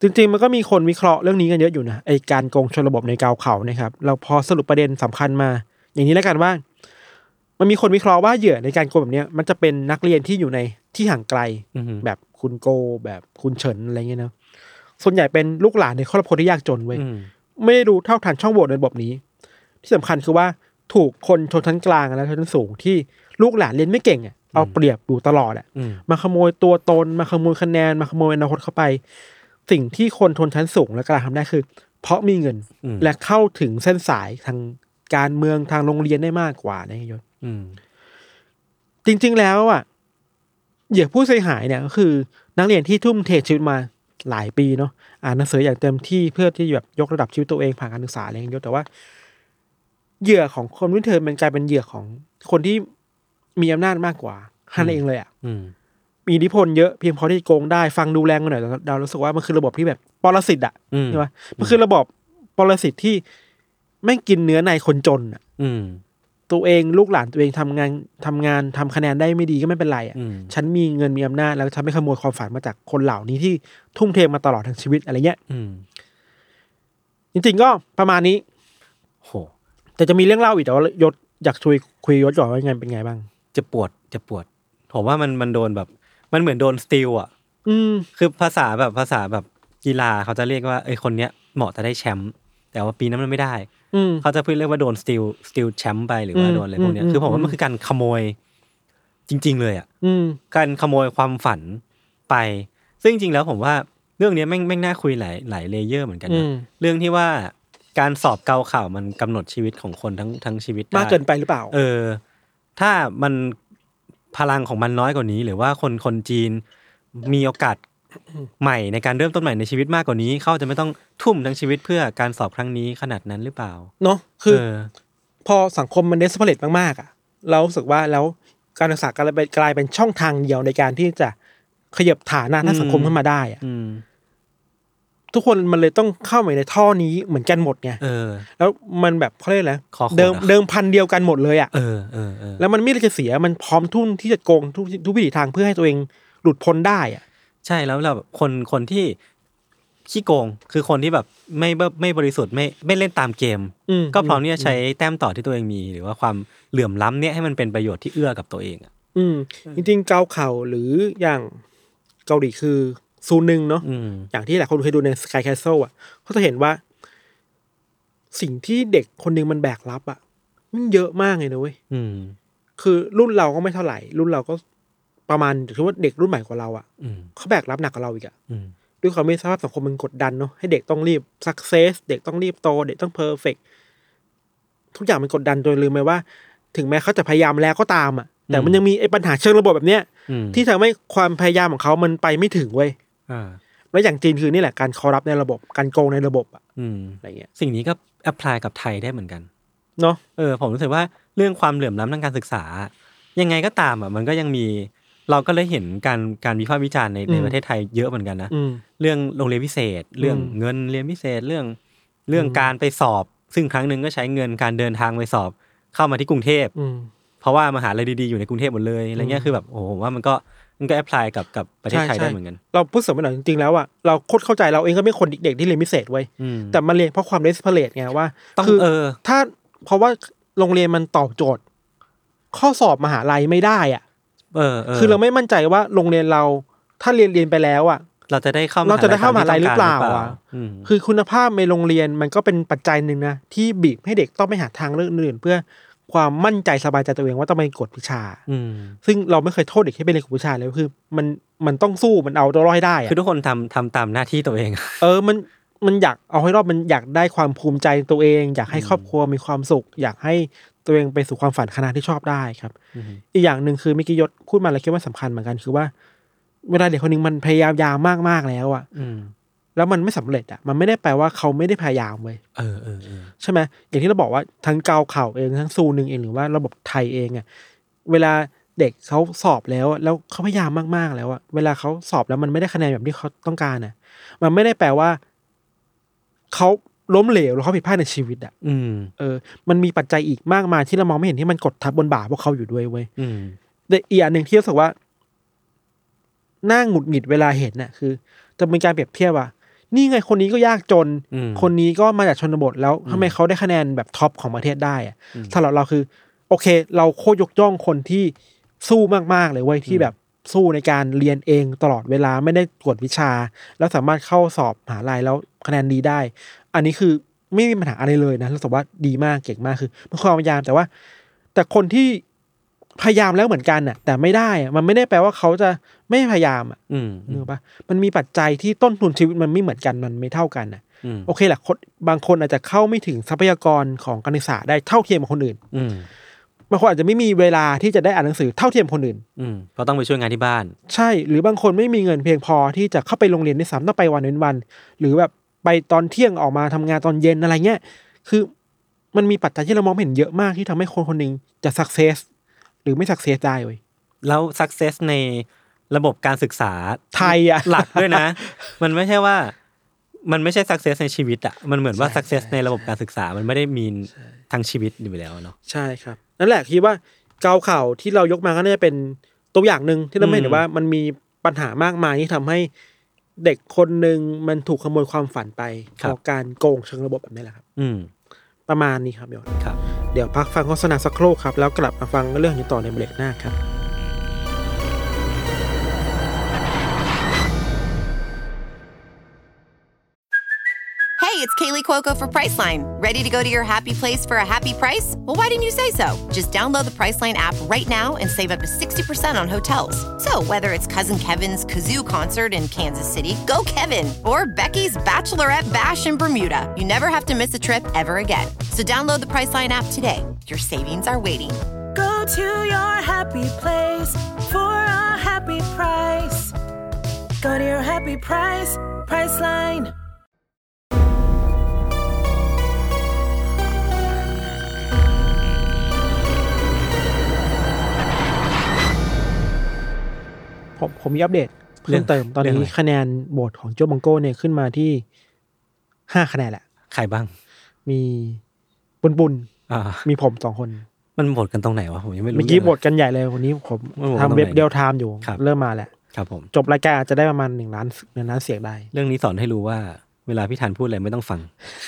จริงๆมันก็มีคนวิเคราะห์เรื่องนี้กันเยอะอยู่นะไอการโกงชนระบบในกาวเขานะครับเราพอสรุปประเด็นสำคัญมาอย่างนี้แล้วกันว่ามันมีคนวิเคราะห์ว่าเหยื่อในการโกงแบบนี้มันจะเป็นนักเรียนที่อยู่ในที่ห่างไกลแบบคุณโกแบบคุณเฉินอะไรเงี้ยนะส่วนใหญ่เป็นลูกหลานในครอบครัวที่ยากจนเว้ยไม่ได้รู้เท่าทันช่องโหว่ในระบบนี้ที่สำคัญคือว่าถูกคนชนชั้นกลางและชนชั้นสูงที่ลูกหลานเรียนไม่เก่งอ่ะเอาเปรียบอยู่ตลอดอ่ะมาขโมยตัวตนมาขโมยคะแนนมาขโมยอนาคตเข้าไปสิ่งที่คนชนชั้นสูงและกลางทำได้คือเพราะมีเงินและเข้าถึงเส้นสายทางการเมืองทางโรงเรียนได้มากกว่านะยศจริงๆแล้วอ่ะเหยื่อผู้เสียหายเนี่ยก็คือนักเรียนที่ทุ่มเทชีวิตมาหลายปีเนาะอ่านหนังสืออย่างเต็มที่เพื่อที่แบบยกระดับชีวิตตัวเองผ่านการศึกษาอะไรอย่างเงี้ยแต่ว่าเหยื่อของคนวินเทอร์มันกลายเป็นเหยื่อของคนที่มีอำนาจมากกว่านั่นเองเลยอ่ะมีอิทธิพลเยอะเพียงพอที่จะโกงได้ฟังดูแรงกันหน่อยเรารู้สึกว่ามันคือระบบที่แบบปรสิตอ่ะใช่ไหมมันคือระบบปรสิตที่ไม่กินเนื้อในคนจนอ่ะตัวเองลูกหลานตัวเองทำงานทำคะแนนได้ไม่ดีก็ไม่เป็นไรอ่ะฉันมีเงินมีอำนาจแล้วฉันไม่ขโมยความฝันมาจากคนเหล่านี้ที่ทุ่มเทมาตลอดทั้งชีวิตอะไรเงี้ยจริงๆก็ประมาณนี้โหแต่จะมีเรื่องเล่าอีกแต่ว่ายศอยากคุยยศก่อนว่าไงเป็นไงบ้างจะปวดผมว่ามันโดนแบบมันเหมือนโดนสตีลอ่ะคือภาษาแบบกีฬาเขาจะเรียกว่าไอ้คนเนี้ยเหมาะจะได้แชมป์แต่ว่าปีนั้นมันไม่ได้เขาจะพูดเรียกว่าโดนสตีลแชมป์ไปหรือว่าโดนอะไรพวกเนี้ยคือผมว่ามันคือการขโมยจริงๆเลยอ่ะการขโมยความฝันไปซึ่งจริงๆแล้วผมว่าเรื่องนี้แม่งน่าคุยหลายเลเยอร์เหมือนกันนะเรื่องที่ว่าการสอบเกาข่าวมันกำหนดชีวิตของคนทั้งชีวิตมากเกินไปหรือเปล่าถ้ามันพลังของมันน้อยกว่านี้หรือว่าคนจีนมีโอกาสใหม่ในการเริ่มต้นใหม่ในชีวิตมากกว่านี้เขาจะไม่ต้องทุ่มทั้งชีวิตเพื่อการสอบครั้งนี้ขนาดนั้นหรือเปล่าเนาะคือพอสังคมมันเดสเพลตมากๆอ่ะเรารู้สึกว่าแล้วการศึกษากลายเป็นช่องทางเดียวในการที่จะขยับฐานะทางสังคมขึ้นมาได้อ่ะทุกคนมันเลยต้องเข้าไปในท่อนี้เหมือนกันหมดไงแล้วมันแบบเขาเรียกอะไรเดิมพันเดียวกันหมดเลยอ่ะแล้วมันไม่ได้จะเสียมันพร้อมทุ่มที่จะโกงทุกวิถีทางเพื่อให้ตัวเองหลุดพ้นได้อ่ะใช่แล้วเราคนที่ขี้โกงคือคนที่แบบไม่บริสุทธิ์ไม่เล่นตามเกมก็พร้อมที่จะใช้แต้มต่อที่ตัวเองมีหรือว่าความเหลื่อมล้ำเนี่ยให้มันเป็นประโยชน์ที่เอื้อกับตัวเองอ่ะจริงๆเกาเข่าหรืออย่างเกาหลีคือซูนึงเนาะอย่างที่หลายคนเคยดูใน Sky Castle อ่ะเขาจะเห็นว่าสิ่งที่เด็กคนนึงมันแบกรับอ่ะมันเยอะมากเลยนะเว้ยคือรุ่นเราก็ไม่เท่าไหร่รุ่นเราก็ประมาณถือว่าเด็กรุ่นใหม่กว่าเราอ่ะเขาแบกรับหนักกว่าเราอีกอ่ะด้วยความที่สภาพสังคมมันกดดันเนาะให้เด็กต้องรีบ success เด็กต้องรีบโตเด็กต้อง perfect ทุกอย่างมันกดดันจนลืมไปว่าถึงแม้เขาจะพยายามแล้วก็ตามอ่ะแต่มันยังมีไอ้ปัญหาเชิงระบบแบบเนี้ยที่ทำให้ความพยายามของเขามันไปไม่ถึงเว้ยแล้วอย่างจีนคือนี่แหละการคอร์รัปในระบบการโกงในระบบอ่ะอะไรเงี้ยสิ่งนี้ก็แอพพลายกับไทยได้เหมือนกันเนาะผมรู้สึกว่าเรื่องความเหลื่อมล้ำทางการศึกษายังไงก็ตามอ่ะมันก็ยังมีเราก็เลยเห็นการวิพากษ์วิจารณ์ในประเทศไทยเยอะเหมือนกันนะเรื่องโรงเรียนพิเศษเรื่องเงินเรียนพิเศษเรื่องการไปสอบซึ่งครั้งนึงก็ใช้เงินการเดินทางไปสอบเข้ามาที่กรุงเทพเพราะว่ามหาลัยดีๆอยู่ในกรุงเทพหมดเลยอะไรเงี้ยคือแบบโอ้โหว่ามันก็แอพพลายกับประเทศไทยได้เหมือนกันเราพูดเสริมไปหน่อยจริงๆแล้วอ่ะเราโคตรเข้าใจเราเองก็เป็นคนเด็กที่เรียนพิเศษไว้แต่มาเรียนเพราะความเดสเพลตไงว่าคือถ้าเพราะว่าโรงเรียนมันตอบโจทย์ข้อสอบมหาลัยไม่ได้อ่ะคือเราไม่มั่นใจว่าโรงเรียนเราถ้าเรียนไปแล้วอ่ะเราจะได้เข้ามหาลัยหรือเปล่าอ่ะคือคุณภาพในโรงเรียนมันก็เป็นปัจจัยนึงนะที่บีบให้เด็กต้องไปหาทางเลือกอื่นเพื่อความมั่นใจสบายใจตัวเองว่าต้องไปกดวิชาซึ่งเราไม่เคยโทษเด็กให้ไปเรียนกฎวิชาเลยคือมันต้องสู้มันเอาตัวรอดให้ได้คือทุกคนทำตามหน้าที่ตัวเองมันอยากเอาให้รอดมันอยากได้ความภูมิใจตัวเองอยากให้ครอบครัวมีความสุขอยากให้ตัวเองไปสู่ความฝันคณะที่ชอบได้ครับอีกอย่างนึงคือมิกิยศพูดมาแล้วคิดว่าสำคัญเหมือนกันคือว่าเวลาเด็กคนนึงมันพยายามมากๆแล้วอ่ะแล้วมันไม่สำเร็จอ่ะมันไม่ได้แปลว่าเขาไม่ได้พยายามเว้ยใช่ไหมอย่างที่เราบอกว่าทั้งเกาเข่าเองทั้งซูนึงเองหรือว่าระบบไทยเองอ่ะเวลาเด็กเขาสอบแล้วเขาพยายามมากๆแล้วอ่ะเวลาเขาสอบแล้วมันไม่ได้คะแนนแบบที่เขาต้องการอ่ะมันไม่ได้แปลว่าเขาล้มเหลวหรือเขาผิดพลาดในชีวิตอ่ะมันมีปัจจัยอีกมากมายที่เรามองไม่เห็นที่มันกดทับบนบ่าพวกเขาอยู่ด้วยเว้ยแต่อีกอันหนึ่งที่รู้สึกว่าน่าหงุดหงิดเวลาเห็นน่ะคือจะเป็นการเปรียบเทียบว่านี่ไงคนนี้ก็ยากจนคนนี้ก็มาจากชนบทแล้วทำไมเขาได้คะแนนแบบท็อปของประเทศได้อะสำหรับเราคือโอเคเราโคตรยกย่องคนที่สู้มากๆเลยเว้ยที่แบบสู้ในการเรียนเองตลอดเวลาไม่ได้กวดวิชาแล้วสามารถเข้าสอบมหาลัยแล้วคะแนนดีได้อันนี้คือไม่มีปัญหาอะไรเลยนะรู้สึกว่าดีมากเก่งมากคือมันความพยายามแต่คนที่พยายามแล้วเหมือนกันน่ะแต่ไม่ได้มันไม่ได้แปลว่าเขาจะไม่พยายามนึกป่ะมันมีปัจจัยที่ต้นทุนชีวิตมันไม่เหมือนกันมันไม่เท่ากันน่ะโอเคแหละบางคนอาจจะเข้าไม่ถึงทรัพยากรของการศึกษาได้เท่าเทียมกับคนอื่นบางคนอาจจะไม่มีเวลาที่จะได้อ่านหนังสือเท่าเทียมคนอื่นเพราะต้องไปช่วยงานที่บ้านใช่หรือบางคนไม่มีเงินเพียงพอที่จะเข้าไปโรงเรียนในซ้ำต้องไปวันเว้นวันหรือแบบไปตอนเที่ยงออกมาทำงานตอนเย็นอะไรเงี้ยคือมันมีปัจจัยที่เรามองเห็นเยอะมากที่ทำให้คนคนนึงจะ success หรือไม่ success ได้เว้ยแล้ว success ในระบบการศึกษาไทยหลักด้วยนะ มันไม่ใช่ว่ามันไม่ใช่ success ในชีวิตมันเหมือนว่า success ในระบบการศึกษามันไม่ได้มีทั้งชีวิตอยู่แล้วเนาะใช่ครับนั่นแหละคิดว่าเกาข่าวที่เรายกมาก็น่าจะเป็นตัวอย่างนึงที่เราเห็นว่ามันมีปัญหามากมายที่ทำให้เด็กคนนึงมันถูกขโมยความฝันไปเพราะการโกงเชิงระบบแบบนี้แหละครับประมาณนี้ครับเดี๋ยวพักฟังโฆษณาสักครู่ครับแล้วกลับมาฟังเรื่องนี้ต่อในเบรกหน้าครับ Hey, it's Kaylee Cuoco for Priceline. Ready to go to your happy place for a happy price? Well, why didn't you say so? Just download the Priceline app right now and save up to 60% on hotels. So whether it's Cousin Kevin's Kazoo Concert in Kansas City, go Kevin, or Becky's Bachelorette Bash in Bermuda, you never have to miss a trip ever again. So download the Priceline app today. Your savings are waiting. Go to your happy place for a happy price. Go to your happy price, Priceline. ผมมีอัปเดตเพิ่มเติมตอนนี้คะแนนโหวตของโจบังโก้เนี่ยขึ้นมาที่5คะแนนแหละใครบ้างมีปุนมีผม2คนมันโหวตกันตรงไหนวะผมยังไม่รู้เมื่อกี้โหวตกันใหญ่เลยวันนี้ผมทำเว็บเดียวไทม์อยู่เริ่มมาแล้วครับผมจบรายการอาจจะได้ประมาณ1 ล้านเสียงได้เรื่องนี้สอนให้รู้ว่าเวลาพี่ธันพูดอะไรไม่ต้องฟัง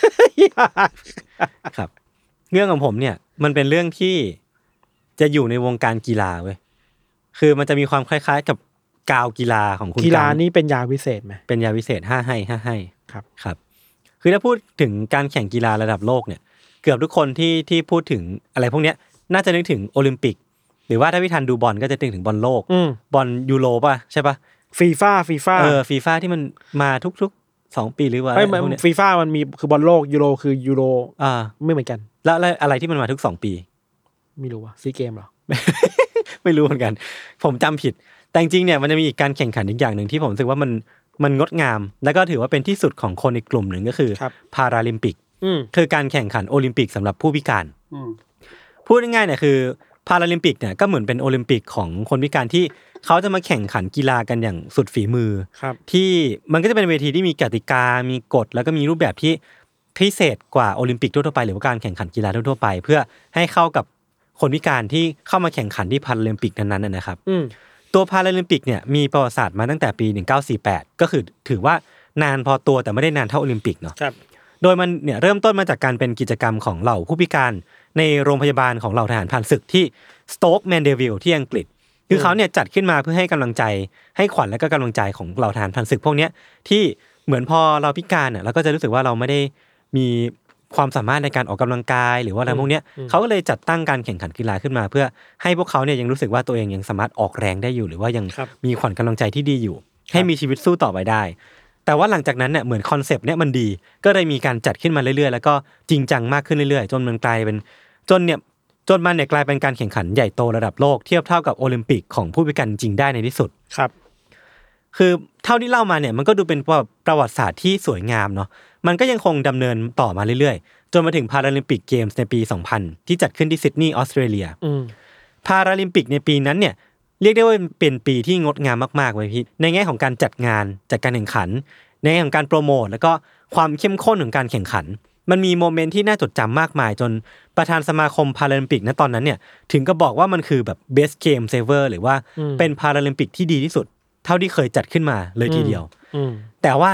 ครับเรื่องของผมเนี่ยมันเป็นเรื่องที่จะอยู่ในวงการกีฬาเว้ยคือมันจะมีความคล้ายๆกับกาวกีฬาของคุณกีฬานี่เป็นยาวิเศษไหมเป็นยาวิเศษ5ให้ครับคือถ้าพูดถึงการแข่งกีฬาระดับโลกเนี่ยเกือบทุกคนที่พูดถึงอะไรพวกเนี้ยน่าจะนึกถึงโอลิมปิกหรือว่าถ้าพี่ทันดูบอลก็จะนึกถึงบอลโลกบอลยูโรป่ะใช่ป่ะฟีฟ่า FIFAที่มันมาทุกๆ2ปีหรือว่าพวกนี้ฟีฟ่ามันมีคือบอลโลกยูโรคือยูโรไม่เหมือนกันแล้วอะไรที่มันมาทุก2ปีไม่รู้ว่าซีเกมหรอไม่รู้เหมือนกันผมจำผิดแต่จริงๆเนี่ยมันจะมีอีกการแข่งขันอีกอย่างหนึ่งที่ผมรู้สึกว่ามันงดงามแล้วก็ถือว่าเป็นที่สุดของคนในกลุ่มหนึ่งก็คือพาราลิมปิกคือการแข่งขันโอลิมปิกสำหรับผู้พิการพูดง่ายๆเนี่ยคือพาราลิมปิกเนี่ยก็เหมือนเป็นโอลิมปิกของคนพิการที่เขาจะมาแข่งขันกีฬากันอย่างสุดฝีมือที่มันก็จะเป็นเวทีที่มีกติกามีกฎแล้วก็มีรูปแบบที่พิเศษกว่าโอลิมปิกทั่วไปหรือว่าการแข่งขันกีฬาทั่วไปเพื่อให้เข้ากับคนพิการที่เข้ามาแข่งขันที่พาราลิมปิกนั้นๆนะครับตัวพาราลิมปิกเนี่ยมีประวัติศาสตร์มาตั้งแต่ปี1948ก็คือถือว่านานพอตัวแต่ไม่ได้นานเท่าโอลิมปิกเนาะโดยมันเนี่ยเริ่มต้นมาจากการเป็นกิจกรรมของเหล่าผู้พิการในโรงพยาบาลของเหล่าทหารผ่านศึกที่สโต๊กแมนเดวิลที่อังกฤษคือเขาเนี่ยจัดขึ้นมาเพื่อให้กำลังใจให้ขวัญและก็กำลังใจของเหล่าทหารผ่านศึกพวกเนี้ยที่เหมือนพอเราพิการเนี่ยเราก็จะรู้สึกว่าเราไม่ได้มีความสามารถในการออกกำลังกายหรือว่าอะไรพวกเนี้ยเขาก็เลยจัดตั้งการแข่งขันกีฬาขึ้นมาเพื่อให้พวกเขาเนี่ยยังรู้สึกว่าตัวเองยังสามารถออกแรงได้อยู่หรือว่ายังมีขวัญกำลังใจที่ดีอยู่ให้มีชีวิตสู้ต่อไปได้แต่ว่าหลังจากนั้นเนี่ยเหมือนคอนเซปต์เนี่ยมันดีก็เลยมีการจัดขึ้นมาเรื่อยๆแล้วก็จริงจังมากขึ้นเรื่อยๆจนมันกลายเป็นจนมันเนี่ยกลายเป็นการแข่งขันใหญ่โตระดับโลกเทียบเท่ากับโอลิมปิกของผู้พิการจริงได้ในที่สุดครับคือเท่าที่เล่ามาเนี่ยมันก็ดูเป็นประวัติศาสตร์ที่สวยงามเนาะมันก็ยังคงดำเนินต่อมาเรื่อยๆจนมาถึงพาราลิมปิกเกมส์ในปี2000ที่จัดขึ้นที่ซิดนีย์ออสเตรเลียพาราลิมปิกในปีนั้นเนี่ยเรียกได้ว่าเป็นปีที่งดงามมากๆเลยพี่ในแง่ของการจัดงานจัดการแข่งขันในแง่ของการโปรโมทแล้วก็ความเข้มข้นของการแข่งขันมันมีโมเมนต์ที่น่าจดจำมากมายจนประธานสมาคมพาราลิมปิกณตอนนั้นเนี่ยถึงก็บอกว่ามันคือแบบ best game ever หรือว่าเป็นพาราลิมปิกที่ดีที่สุดเท่าที่เคยจัดขึ้นมาเลยทีเดียวแต่ว่าครับท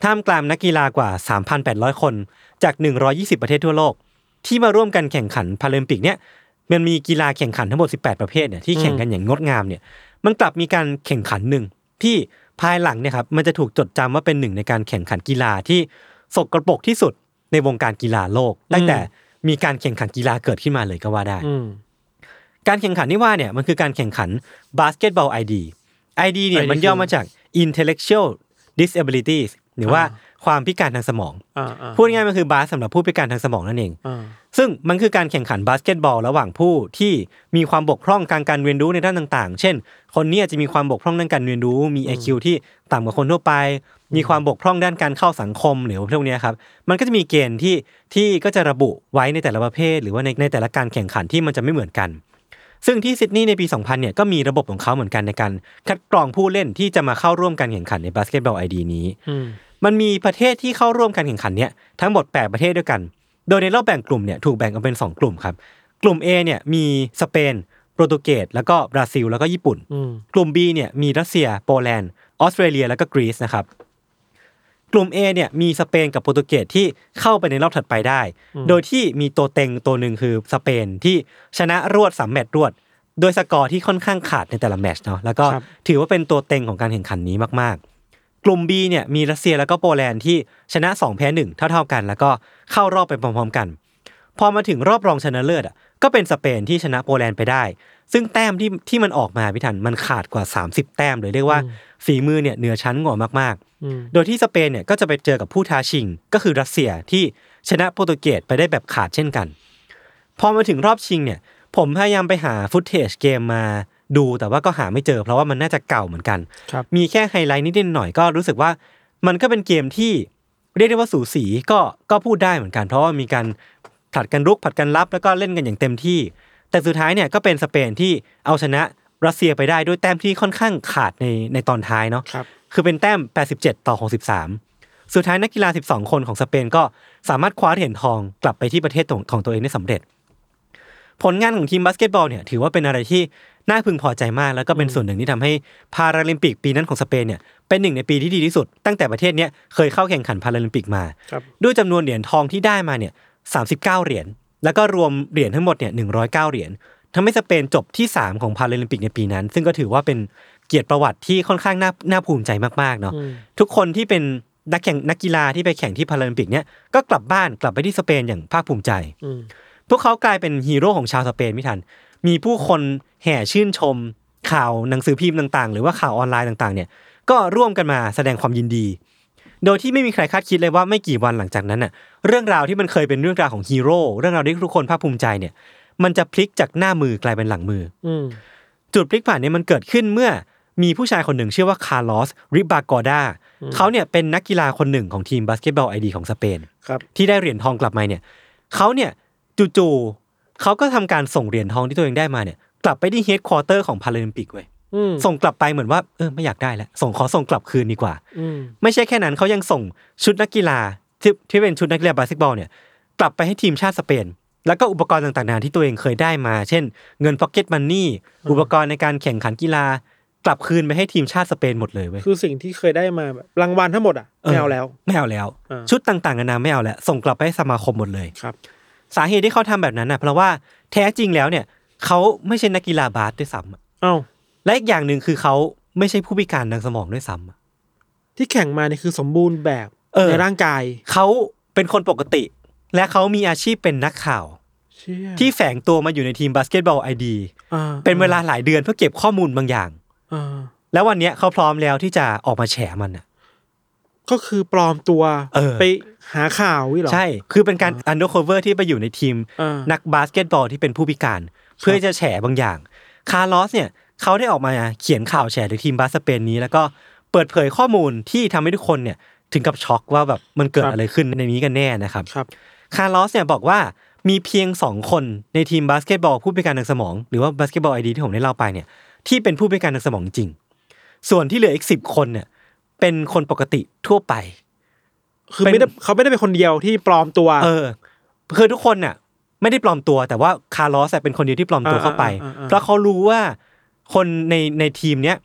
ท่ามกลางนักกีฬากว่า 3,800 คนจาก120ประเทศทั่วโลกที่มาร่วมกันแข่งขันพาราลิมปิกเนี่ยมันมีกีฬาแข่งขันทั้งหมด18ประเภทเนี่ยที่แข่งกันอย่างงดงามเนี่ยมันกลับมีการแข่งขันหนึ่งที่ภายหลังเนี่ยครับมันจะถูกจดจำว่าเป็นหนึ่งในการแข่งขันกีฬาที่สกปรกที่สุดในวงการกีฬาโลกตั้งแต่มีการแข่งขันกีฬาเกิดขึ้นมาเลยก็ว่าได้การแข่งขันที่ว่าเนี่ยมันคือการแข่งขันบาสเกตบอล ID เนี่ยมันย่อมาจาก intellectual disabilities หรือว่าความพิการทางสมองพูดง่ายๆมันคือบาสสำหรับผู้พิการทางสมองนั่นเองซึ่งมันคือการแข่งขันบาสเกตบอลระหว่างผู้ที่มีความบกพร่องการเรียนรู้ในด้านต่างๆเช่นคนนี้อาจจะมีความบกพร่องด้านการเรียนรู้มี IQ ที่ต่ำกว่าคนทั่วไปมีความบกพร่องด้านการเข้าสังคมหรือพวกนี้ครับมันก็จะมีเกณฑ์ที่ก็จะระบุไว้ในแต่ละประเภทหรือว่าในแต่ละการแข่งขันที่มันจะไม่เหมือนกันซึ่งที่ซิดนีย์ในปี 2000 เนี่ยก็มีระบบของเขาเหมือนกันในการคัดกรองผู้เล่นที่จะมาเข้าร่วมการแข่งขันในบาสเกตบอล ID นี้มันมีประเทศที่เข้าร่วมการแข่งขันเนี่ยทั้งหมด8ประเทศด้วยกันโดยในรอบแบ่งกลุ่มเนี่ยถูกแบ่งออกเป็น2กลุ่มครับกลุ่ม A เนี่ยมีสเปนโปรตุเกสแล้วก็บราซิลแล้วก็ญี่ปุ่นกลุ่ม B เนี่ยมีรัสเซียโปแลนด์ออสเตรเลียแล้วก็กรีซนะครับกลุ่ม A เนี่ยมีสเปนกับโปรตุเกสที่เข้าไปในรอบถัดไปได้โดยที่มีตัวเต็งตัวนึงคือสเปนที่ชนะรวด3แมตช์รวดโดยสกอร์ที่ค่อนข้างขาดในแต่ละแมตช์เนาะแล้วก็ถือว่าเป็นตัวเต็งของการแข่งขันนี้มากๆกลุ่ม B เนี่ยมีรัสเซียแล้วก็โปแลนด์ที่ชนะ2แพ้1เท่าๆกันแล้วก็เข้ารอบไปพร้อมๆกันพอมาถึงรอบรองชนะเลิศอ่ะก็เป็นสเปนที่ชนะโปแลนด์ไปได้ซึ่งแต้มที่มันออกมาพี่ทันมันขาดกว่า30แต้มเลยเรียกว่าฝีมือเนี่ยเหนือชั้นกว่ามากๆโดยที่สเปนเนี่ยก็จะไปเจอกับผู้ท้าชิงก็คือรัสเซียที่ชนะโปรตุเกสไปได้แบบขาดเช่นกันพอมาถึงรอบชิงเนี่ยผมพยายามไปหาฟุตเทจเกมมาดูแต่ว่าก็หาไม่เจอเพราะว่ามันน่าจะเก่าเหมือนกันมีแค่ไฮไลท์นิดๆหน่อยก็รู้สึกว่ามันก็เป็นเกมที่เรียกได้ว่าสูสีก็พูดได้เหมือนกันเพราะว่ามีการผลัดกันรุกผลัดกันรับแล้วก็เล่นกันอย่างเต็มที่แต่สุดท้ายเนี่ยก็เป็นสเปนที่เอาชนะรัสเซียไปได้ด้วยแต้มที่ค่อนข้างขาดในตอนท้ายเนาะคือเป็นแต้ม87-63สุดท้ายนักกีฬา12คนของสเปนก็สามารถคว้าเหรียญทองกลับไปที่ประเทศของตัวเองได้สำเร็จผลงานของทีมบาสเกตบอลเนี่ยถือว่าเป็นอะไรที่น่าพึงพอใจมากแล้วก็เป็นส่วนหนึ่งที่ทำให้พาราลิมปิกปีนั้นของสเปนเนี่ยเป็นหนึ่งในปีที่ดีที่สุดตั้งแต่ประเทศนี้เคยเข้าแข่งขันพาราลิมปิกมาด้วยจำนวนเหรียญทองที่ได้มาเนี่ย39เหรียญแล้วก็รวมเหรียญทั้งหมดเนี่ย109เหรียญทำให้สเปนจบที่3ของพาราลิมปิกในปีนั้นซึ่งก็ถือว่าเป็นเกียรติประวัติที่ค่อนข้างน่าภูมิใจมากๆเนาะทุกคนที่เป็นนักกีฬาที่ไปแข่งที่พาราลิมปิกเนี่ยก็กลับบ้านกลับไปที่สเปนอย่างภาคภูมิใจพวกเขากลายเป็นฮีโร่ของชาวสเปนไม่ทันมีผู้คนแห่ชื่นชมข่าวหนังสือพิมพ์ต่างๆหรือว่าข่าวออนไลน์ต่างๆเนี่ยก็ร่วมกันมาแสดงความยินดีโดยที่ไม่มีใครคาดคิดเลยว่าไม่กี่วันหลังจากนั้นน่ะเรื่องราวที่มันเคยเป็นเรื่องราวของฮีโร่เรื่องราวที่ทุกคนภาคภูมิใจเนี่ยมันจะพลิกจากหน้ามือกลายเป็นหลังมือจุดพลิกผันเนี่ยมันเกิดขึ้นเมื่อมีผู้ชายคนหนึ่งชื่อว่าคาร์ลอสริบากอดาเขาเนี่ยเป็นนักกีฬาคนหนึ่งของทีมบาสเกตบอล ID ของสเปนที่ได้เหรียญทองกลับมาเนี่ยเขาเนี่ยจู่ๆเขาก็ทำการส่งเหรียญทองที่ตัวเองได้มาเนี่ยกลับไปที่เฮดควอเตอร์ของพาราลิมปิกเว้ยส่งกลับไปเหมือนว่าไม่อยากได้แล้วขอส่งกลับคืนดีกว่าไม่ใช่แค่นั้นเขายังส่งชุดนักกีฬาที่เป็นชุดนักกีฬาบาสเกตบอลเนี่ยกลับไปให้ทีมชาติสเปนแล้วก็อุปกรณ์ต่างๆที่ตัวเองเคยได้มาเช่นเงินพ็อกเก็ตมันนี่อุปกรณ์ในการแข่งขันกีฬากลับคืนไปให้ทีมชาติสเปนหมดเลยเว้ยคือสิ่งที่เคยได้มาแบบรางวัลทั้งหมดอ่ะไม่เอาแล้วชุดต่างๆนานาไม่เอาแล้วส่งกลับไปให้สมาคมหมดเลยครับสาเหตุที่เขาทำแบบนั้นน่ะเพราะว่าแท้จริงแล้วเนี่ยเขาไม่ใช่นักกีฬาบาสด้วยซ้ำและอีกอย่างนึงคือเขาไม่ใช่ผู้พิการทางสมองด้วยซ้ำที่แข่งมาเนี่ยคือสมบูรณ์แบบในร่างกายเขาเป็นคนปกติและเขามีอาชีพเป็นนักข่าวที่แฝงตัวมาอยู่ในทีมบาสเกตบอล ID เป็นเวลาหลายเดือนเพื่อเก็บข้อมูลบางอย่างแล้ววันนี้เขาพร้อมแล้วที่จะออกมาแฉมันน่ะก็คือปลอมตัวไปหาข่าววิหรอใช่คือเป็นการ undercover ที่ไปอยู่ในทีมนักบาสเกตบอลที่เป็นผู้พิการเพื่อจะแฉบางอย่างคาร์ลอสเนี่ยเขาได้ออกมาเขียนข่าวแฉถึงทีมบาสสเปนนี้แล้วก็เปิดเผยข้อมูลที่ทำให้ทุกคนเนี่ยถึงกับช็อกว่าแบบมันเกิดอะไรขึ้นในนี้กันแน่นะครับคาร์ลอสเนี่ยบอกว่ามีเพียง2คนในทีมบาสเกตบอลผู้พิการทางสมองหรือว่าบาสเกตบอล ID ที่ผมได้เล่าไปเนี่ยที่เป็นผู้พิการทางสมองจริงส่วนที่เหลืออีก10คนเนี่ยเป็นคนปกติทั่วไปคือเขาไม่ได้เป็นคนเดียวที่ปลอมตัวคือทุกคนน่ะไม่ได้ปลอมตัวแต่ว่าคาร์ลอสเป็นคนเดียวที่ปลอมตัวเข้าไปเพราะเขารู้ว่าคนในทีมเนี้ย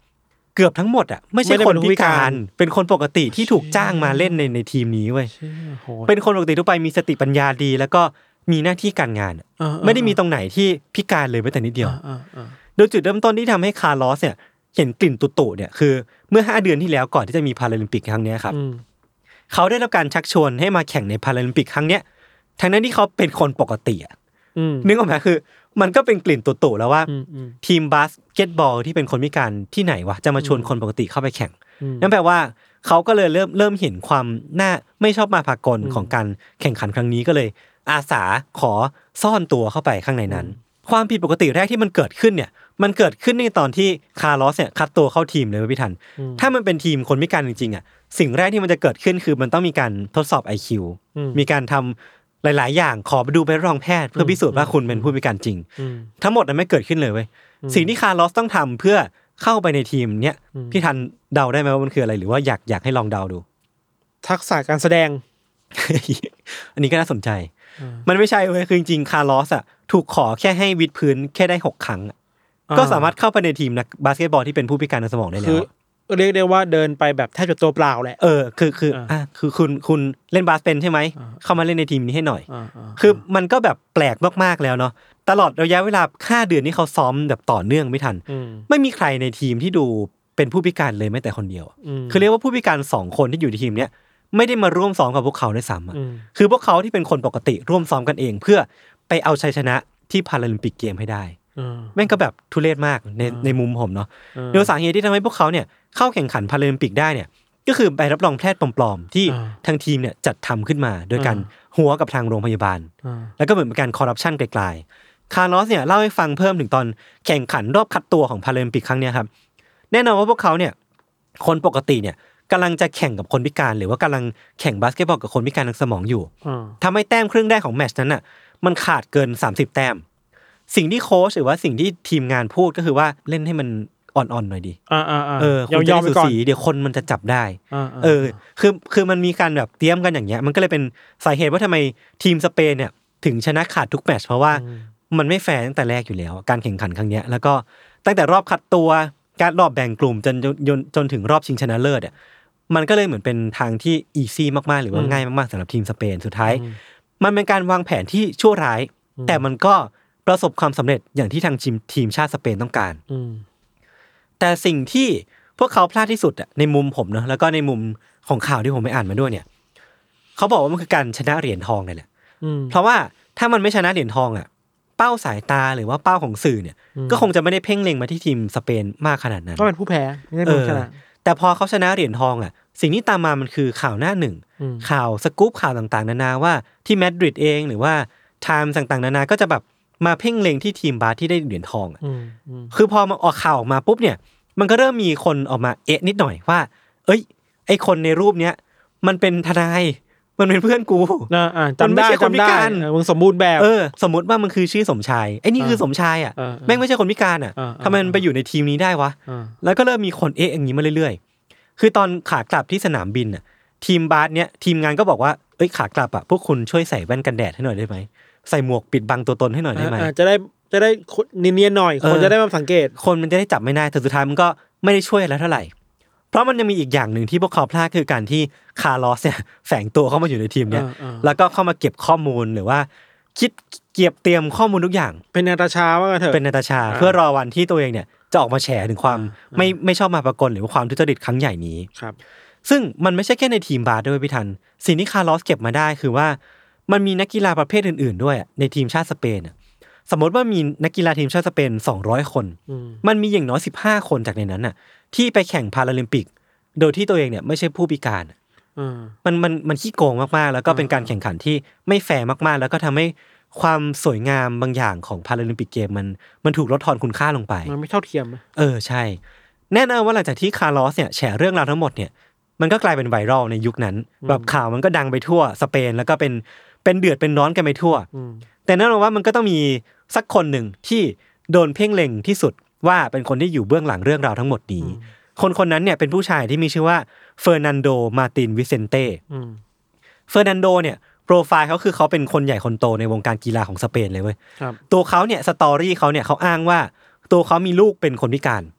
เกือบทั้งหมดอ่ะไม่ใช่คนพิการเป็นคนปกติที่ถูกจ้างมาเล่นในทีมนี้เว้ยเป็นคนปกติทั่วไปมีสติปัญญาดีแล้วก็มีหน้าที่การงานไม่ได้มีตรงไหนที่พิการเลยแม้แต่นิดเดียวโดยจุดเริ่มต้นที่ทำให้คาร์ลอสเนี่ยเห็นกลิ่นตุ่ๆเนี่ยคือเมื่อ5 เดือนที่แล้วก่อนที่จะมีพาราลิมปิกครั้งนี้ครับเขาได้รับการชักชวนให้มาแข่งในพาราลิมปิกครั้งเนี้ยทั้งนั้นที่เขาเป็นคนปกติอ่ะนึกออกไหมคือมันก็เป็นกลิ่นตุ่ๆแล้วว่าทีมบาสเกตบอลที่เป็นคนพิการที่ไหนวะจะมาชวนคนปกติเข้าไปแข่งนั่นแปลว่าเขาก็เลยเริ่มเห็นความน่าไม่ชอบมาพากลของการแข่งขันครั้งนี้ก็เลยอาสาขอซ่อนตัวเข้าไปข้างในนั้นความผิดปกติแรกที่มันเกิดขึ้นเนี่ยมันเกิดขึ้นในตอนที่คาร์ลอสเนี่ยคัดตัวเข้าทีมเลยพี่ทันถ้ามันเป็นทีมคนพิการจริงๆอ่ะสิ่งแรกที่มันจะเกิดขึ้นคือมันต้องมีการทดสอบ IQ มีการทำหลายๆอย่างขอไปดูใบรับรองแพทย์เพื่อพิสูจน์ว่าคุณเป็นผู้พิการจริงทั้งหมดนั้นไม่เกิดขึ้นเลยเว้ยสิ่งที่คาร์ลอสต้องทำเพื่อเข้าไปในทีมเนี้ยพี่ทันเดาได้ไหมว่ามันคืออะไรหรือว่าอยากให้ลองเดาดูทักษะการแสดงอันนี้ก็น่าสนใจมันไม่ใช่เว้ยคือจริงๆคาร์ลอสอ่ะถูกขอแค่ให้วิดพื้นแค่ได้6 ครั้งก็สามารถเข้าไปในทีมนักบาสเกตบอลที่เป็นผู้พิการทางสมองได้แล้วเรียกได้ว่าเดินไปแบบแทบจะตัวเปล่าแหละคือคุณเล่นบาสเป็นใช่ไหมเข้ามาเล่นในทีมนี้ให้หน่อยคือมันก็แบบแปลกมากๆแล้วเนาะตลอดระยะเวลา5 เดือนที่เขาซ้อมแบบต่อเนื่องไม่ทันไม่มีใครในทีมที่ดูเป็นผู้พิการเลยแม้แต่คนเดียวคือเรียกว่าผู้พิการ2 คนที่อยู่ในทีมเนี้ยไม่ได้มาร่วมซ้อมกับพวกเขาด้วยซ้ำคือพวกเขาที่เป็นคนปกติร่วมซ้อมกันเองเพื่อไปเอาชัยชนะที่พาราลิมปิกเกมให้ได้แม่งก็แบบทุเรศมากในมุมผมเนาะโดยสาเหตุที่ทำให้พวกเขาเนี่ยเข้าแข่งขันพาราลิมปิกได้เนี่ยก็คือใบรับรองแพทย์ปลอมๆที่ทางทีมเนี่ยจัดทำขึ้นมาโดยการหัวกับทางโรงพยาบาลแล้วก็เหมือนเป็นการคอร์รัปชันไกลๆคาร์ลอสเนี่ยเล่าให้ฟังเพิ่มถึงตอนแข่งขันรอบคัดตัวของพาราลิมปิกครั้งนี้ครับแน่นอนว่าพวกเขาเนี่ยคนปกติเนี่ยกำลังจะแข่งกับคนพิการหรือว่ากำลังแข่งบาสเกตบอลกับคนพิการทางสมองอยู่ทำให้แต้มครึ่งแรกของแมตช์นั้นน่ะมันขาดเกิน30 แต้มสิ่งที่โค้ชหรือว่าสิ่งที่ทีมงานพูดก็คือว่าเล่นให้มันอ่อนๆหน่อยดีคุณจะสูสีเดี๋ยวคนมันจะจับได้คือมันมีการแบบเตรียมกันอย่างเงี้ยมันก็เลยเป็นสาเหตุว่าทำไมทีมสเปนเนี่ยถึงชนะขาดทุกแมตช์เพราะว่ามันไม่แฟร์ตั้งแต่แรกอยู่แล้วการแข่งขันครั้งเนี้ยแล้วก็ตั้งแต่รอบคัดตัวการรอบแบ่งกลุ่มจนถึงรอบชิงชนะเลิศอ่ะมันก็เลยเหมือนเป็นทางที่อีซี่มากๆหรือว่าง่ายมากๆสำหรับทีมสเปนสุดท้ายมันเป็นการวางแผนที่ชั่วร้ายแต่มันก็ประสบความสำเร็จอย่างที่ทางทีมชาติสเปนต้องการแต่สิ่งที่พวกเขาพลาดที่สุดอ่ะในมุมผมเนอะแล้วก็ในมุมของข่าวที่ผมไปอ่านมาด้วยเนี่ยเขาบอกว่ามันคือการชนะเหรียญทองนี่แหละเพราะว่าถ้ามันไม่ชนะเหรียญทองอ่ะเป้าสายตาหรือว่าเป้าของสื่อเนี่ยก็คงจะไม่ได้เพ่งเล็งมาที่ทีมสเปนมากขนาดนั้นก็เป็นผู้แพ้ไม่ได้ผู้ชนะแต่พอเขาชนะเหรียญทองอ่ะสิ่งที่ตามมามันคือข่าวหน้าหนึ่งข่าวสกู๊ปข่าวต่างๆนานาว่าที่มาดริดเองหรือว่าไทม์ต่างๆนานาก็จะแบบมาเพ่งเล็งที่ทีมบาสที่ได้เหรียญทองคือพอมาออกข่าวออกมาปุ๊บเนี่ยมันก็เริ่มมีคนออกมานิดหน่อยว่าเอ้ยไอคนในรูปเนี้ยมันเป็นทนายมันเป็นเพื่อนกูจำได้มึงสมบูรณ์แบบสมมติว่ามันคือชื่อสมชายไอ้นี่คือสมชายอ่ะแม่งไม่ใช่คนพิการอ่ะทำไมมันไปอยู่ในทีมนี้ได้วะแล้วก็เริ่มมีคนอย่างนี้มาเรื่อยๆคือตอนขากลับที่สนามบินอ่ะทีมบาสเนี้ยทีมงานก็บอกว่าเอ้ยขากลับอ่ะพวกคุณช่วยใส่แว่นกันแดดให้หน่อยได้ไหมใส่หมวกปิดบังตัวตนให้หน่อยได้ไหมจะได้เนียนๆหน่อยคนจะได้มาสังเกตคนมันจะได้จับไม่ได้แต่สุดท้ายมันก็ไม่ได้ช่วยอะไรเท่าไหร่เพราะมันยังมีอีกอย่างหนึ่งที่พวกเขาพลาดคือการที่คาร์ลอสเนี่ยแฝงตัวเข้ามาอยู่ในทีมเนี้ยแล้วก็เข้ามาเก็บข้อมูลหรือว่าคิดเก็บเตรียมข้อมูลทุกอย่างเป็นนาตาชาว่าเถอะเป็นนาตาชาเพื่อรอวันที่ตัวเองเนี่ยจะออกมาแฉถึงความไม่ชอบมาปรากฏหรือว่าความทุจริตครั้งใหญ่นี้ครับซึ่งมันไม่ใช่แค่ในทีมบาสด้วยพี่ทันสิ่งที่คาร์ลอสเก็บมาได้คือว่ามันมีนักกีฬาประเภทอื่นๆด้วยในทีมชาติสเปนสมมติว่ามีนักกีฬาทีมชาติสเปน200 คนมันมีอย่างน้อย15 คนจากในนั้นน่ะที่ไปแข่งพาราลิมปิกโดยที่ตัวเองเนี่ยไม่ใช่ผู้พิการมันขี้โกงมากๆแล้วก็เป็นการแข่งขันที่ไม่แฟร์มากๆแล้วก็ทำให้ความสวยงามบางอย่างของพาราลิมปิกเกมมันถูกลดทอนคุณค่าลงไปมันไม่เท่าเทียมใช่แน่นอนว่าหลังจากที่คาร์ลอสเนี่ยแฉเรื่องราวทั้งหมดเนี่ยมันก็กลายเป็นไวรัลในยุคนั้นแบบข่าวมันก็ดังไปทั่วสเปนแล้วก็เป็นเดือดเป็นร้อนกันไปทั่วแต่แน่นอนว่ามันก็ต้องมีสักคนหนึ่งที่โดนเพ่งเล็งที่สุดว่าเป็นคนที่อยู่เบื้องหลังเรื่องราวทั้งหมดนี้คนนั้นเนี่ยเป็นผู้ชายที่มีชื่อว่าเฟอร์นันโดมาร์ตินวิเซนเต้เฟอร์นันโดเนี่ยโปรไฟล์เขาคือเขาเป็นคนใหญ่คนโตในวงการกีฬาของสเปนเลยเว้ยตัวเขาเนี่ยสตอรี่เขาเนี่ยเขาอ้างว่าตัวเขามีลูกเป็นคนพิการ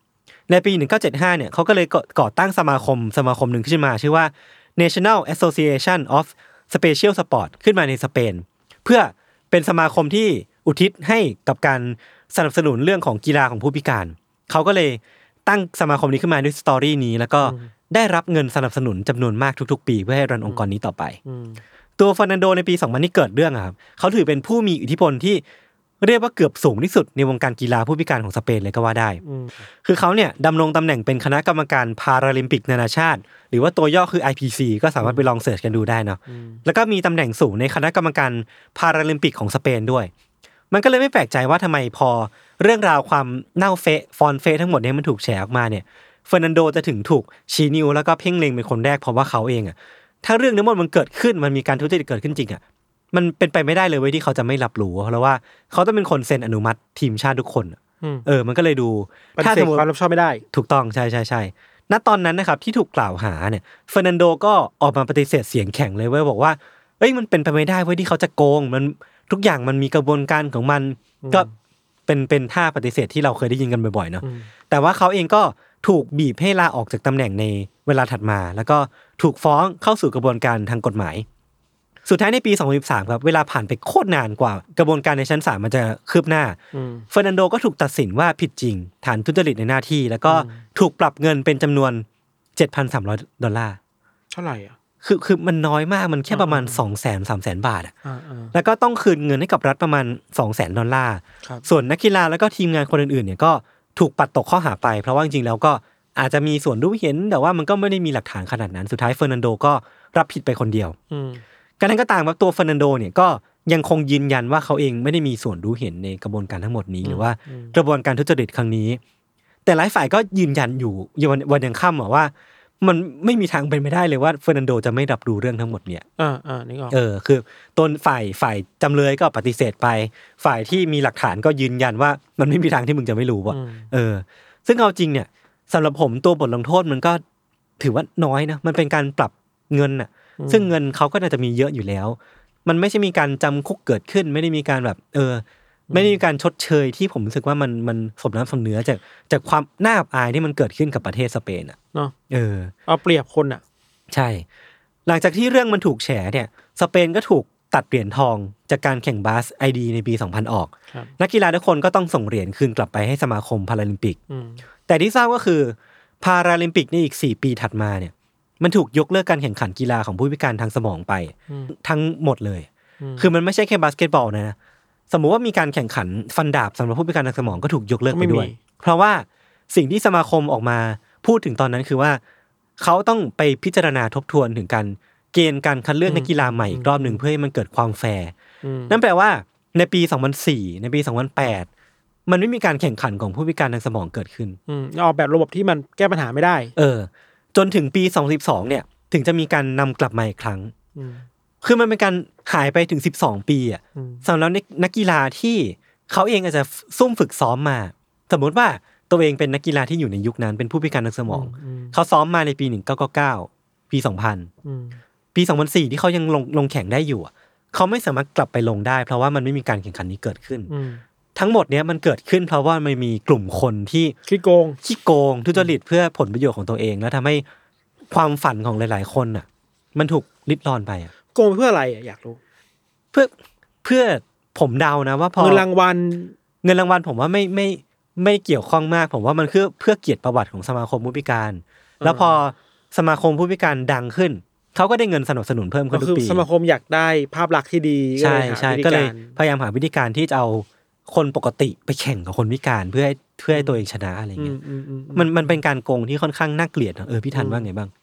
ในปี1975เนี่ยเขาก็เลยก่อตั้งสมาคมหนึ่งขึ้นมาชื่อว่า National Association of Special Sport ขึ้นมาในสเปนเพื่อเป็นสมาคมที่อุทิศให้กับการสนับสนุนเรื่องของกีฬาของผู้พิการเขาก็เลยตั้งสมาคมนี้ขึ้นมาด้วยสตอรี่นี้แล้วก็ได้รับเงินสนับสนุนจำนวนมากทุกๆปีเพื่อให้รันองค์กรนี้ต่อไปตัวเฟอร์นันโดในปี2000นี่เกิดเรื่องครับเขาถือเป็นผู้มีอิทธิพลที่เรียกว่าเกือบสูงที่สุดในวงการกีฬาผู้พิการของสเปนเลยก็ว่าได้คือเขาเนี่ยดำรงตำแหน่งเป็นคณะกรรมการพาราลิมปิกนานาชาติหรือว่าตัวย่อคือ IPC ก็สามารถไปลองเสิร์ชกันดูได้เนาะแล้วก็มีตำแหน่งสูงในคณะกรรมการพาราลิมปิกของสเปนด้วยมันก็เลยไม่แปลกใจว่าทำไมพอเรื่องราวความเน่าเฟะฟอนเฟะทั้งหมดนี้มันถูกแฉออกมาเนี่ยเฟอร์นันโดจะถึงถูกชี้นิ้วแล้วก็เพ่งเล็งเป็นคนแรกเพราะว่าเขาเองอ่ะถ้าเรื่องนี้มันเกิดขึ้นมันมีการทุจริตเกิดขึ้นจริงอ่ะมันเป็นไปไม่ได้เลยเว้ยที่เขาจะไม่รับรู้เพราะว่าเขาต้องเป็นคนเซ็นอนุมัติทีมชาติทุกคนมันก็เลยดูถ้าสมมติความรับผิดชอบไม่ได้ถูกต้องใช่ๆๆณตอนนั้นนะครับที่ถูกกล่าวหาเนี่ยเฟอร์นันโดก็ออกมาปฏิเสธเสียงแข็งเลยเว้ยบอกว่าเอ้ยมันเป็นไปไม่ได้เว้ยที่เขาจะโกงมันทุกอย่างมันมีกระบวนการของมันก็เป็นท่าปฏิเสธที่เราเคยได้ยินกันบ่อยๆเนาะแต่ว่าเขาเองก็ถูกบีบให้ลาออกจากตำแหน่งในเวลาถัดมาแล้วก็ถูกฟ้องเข้าสู่กระบวนการทางกฎหมายสุดท้ายในปี2013ครับเวลาผ่านไปโคตรนานกว่ากระบวนการในชั้นศาลมันจะคืบหน้าเฟอร์นันโดก็ถูกตัดสินว่าผิดจริงฐานทุจริตในหน้าที่แล้วก็ถูกปรับเงินเป็นจำนวน $7,300 เท่าไหร่อ่ะคือมันน้อยมากมันแค่ประมาณ 200,000-300,000 บาทอ่ะแล้วก็ต้องคืนเงินให้กับรัฐประมาณ $200,000 ส่วนนักกีฬาแล้วก็ทีมงานคนอื่นๆเนี่ยก็ถูกปัดตกข้อหาไปเพราะว่าจริงๆแล้วก็อาจจะมีส่วนรู้เห็นแต่ว่ามันก็ไม่ได้มีหลักฐานขนาดนั้นสุดท้ายเฟอร์นันโดก็รับผิดไปคนเดียวการนั้นก็ตามว่าตัวเฟอร์นันโดเนี่ยก็ยังคงยืนยันว่าเขาเองไม่ได้มีส่วนรู้เห็นในกระบวนการทั้งหมดนี้หรือว่ากระบวนการทุจริตครั้งนี้แต่หลายฝ่ายก็ยืนยันอยู่วันยังค่ำว่ามันไม่มีทางเป็นไปได้เลยว่าเฟอร์นันโดจะไม่รับรู้เรื่องทั้งหมดเนี่ยนึกออกคือต้นฝ่ายจำเลยก็ปฏิเสธไปฝ่ายที่มีหลักฐานก็ยืนยันว่ามันไม่มีทางที่มึงจะไม่รู้ว่ะซึ่งเอาจริงเนี่ยสำหรับผมตัวบทลงโทษมันก็ถือว่าน้อยนะมันเป็นการปรับเงินน่ะซึ่งเงินเขาก็น่าจะมีเยอะอยู่แล้วมันไม่ใช่มีการจำคุกเกิดขึ้นไม่ได้มีการแบบไม่ได้มีการชดเชยที่ผมรู้สึกว่ามันสมน้ำสมเนื้อจากความน่าอับอายที่มันเกิดขึ้นกับประเทศสเปนอ่ะเนาะเอาเปรียบคนอ่ะใช่หลังจากที่เรื่องมันถูกแฉเนี่ยสเปนก็ถูกตัดเหรียญทองจากการแข่งบาส ID ในปี 2000 ออกนักกีฬาทุกคนก็ต้องส่งเหรียญคืนกลับไปให้สมาคมพาราลิมปิกแต่ที่ทราบก็คือพาราลิมปิกในอีก4ปีถัดมาเนี่ยมันถูกยกเลิกการแข่งขันกีฬาของผู้พิการทางสมองไปทั้งหมดเลยคือมันไม่ใช่แค่บาสเกตบอลนะสมมุติว่ามีการแข่งขันฟันดาบสำหรับผู้พิการทางสมองก็ถูกยกเลิกไปด้วยเพราะว่าสิ่งที่สมาคมออกมาพูดถึงตอนนั้นคือว่าเขาต้องไปพิจารณาทบทวนถึงการเกณฑ์การคัดเลือกนักกีฬาใหม่อีกรอบนึงเพื่อให้มันเกิดความแฟร์นั่นแปลว่าในปี2004ในปี2008มันไม่มีการแข่งขันของผู้พิการทางสมองเกิดขึ้นออกแบบระบบที่มันแก้ปัญหาไม่ได้จนถึงปี2012เนี่ยถึงจะมีการนำกลับมาอีกครั้งคือมันเป็นการหายไปถึง12ปีอ่ะสำหรับนักกีฬาที่เขาเองอาจจะซุ่มฝึกซ้อมมาสมมติว่าตัวเองเป็นนักกีฬาที่อยู่ในยุคนั้นเป็นผู้พิการทางสมองเขาซ้อมมาในปี1999ปี2000ปี2004ที่เขายังลงแข่งได้อยู่เขาไม่สามารถกลับไปลงได้เพราะว่ามันไม่มีการแข่งขันนี้เกิดขึ้นทั้งหมดเนี้ยมันเกิดขึ้นเพราะว่ามันมีกลุ่มคนที่ขี้โกงทุจริตเพื่อผลประโยชน์ของตัวเองแล้วทำให้ความฝันของหลายๆคนอ่ะมันถูกลิดรอนไปโกงเพื่ออะไรอยากรู้เพื่อผมเดานะว่าพอเงินรางวัลผมว่าไม่เกี่ยวข้องมากผมว่ามันคือเพื่อเกียรติประวัติของสมาคมผู้พิการแล้วพอสมาคมผู้พิการดังขึ้นเขาก็ได้เงินสนับสนุนเพิ่มขึ้นทุกปีสมาคมอยากได้ภาพลักษณ์ที่ดีใช่ก็เลยพยายามหาวิธีการที่จะเอาคนปกติไปแข่งกับคนพิการเพื่อให้ตัวเองชนะอะไรเงี้ยมันเป็นการโกงที่ค่อนข้างน่าเกลียดพี่ทันว่าไงบ้าง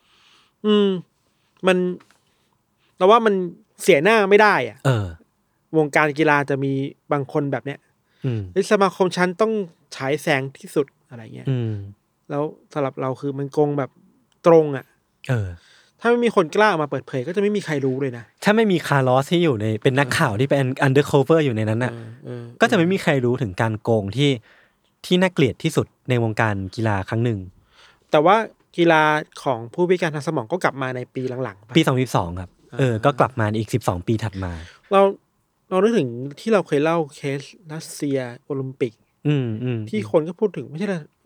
มันเราว่ามันเสียหน้าไม่ได้วงการกีฬาจะมีบางคนแบบเนี้ยสมาคมชั้นต้องฉายแสงที่สุดอะไรเงี้ยแล้วสำหรับเราคือมันโกงแบบตรงถ้าไม่มีคนกล้ามาเปิดเผยก็จะไม่มีใครรู้เลยนะถ้าไม่มีคาร์ลอสที่อยู่ในเป็นนักข่าวที่เป็น undercover อยู่ในนั้นน่ะก็จะไม่มีใครรู้ถึงการโกงที่น่าเกลียดที่สุดในวงการกีฬาครั้งหนึ่งแต่ว่ากีฬาของผู้พิการทางสมองก็กลับมาในปีหลังๆปี2012ครับก็กลับมาอีก12ปีถัดมาเรานึกถึงที่เราเคยเล่าเคสรัสเซียโอลิมปิกที่คนก็พูดถึงไม่ใช่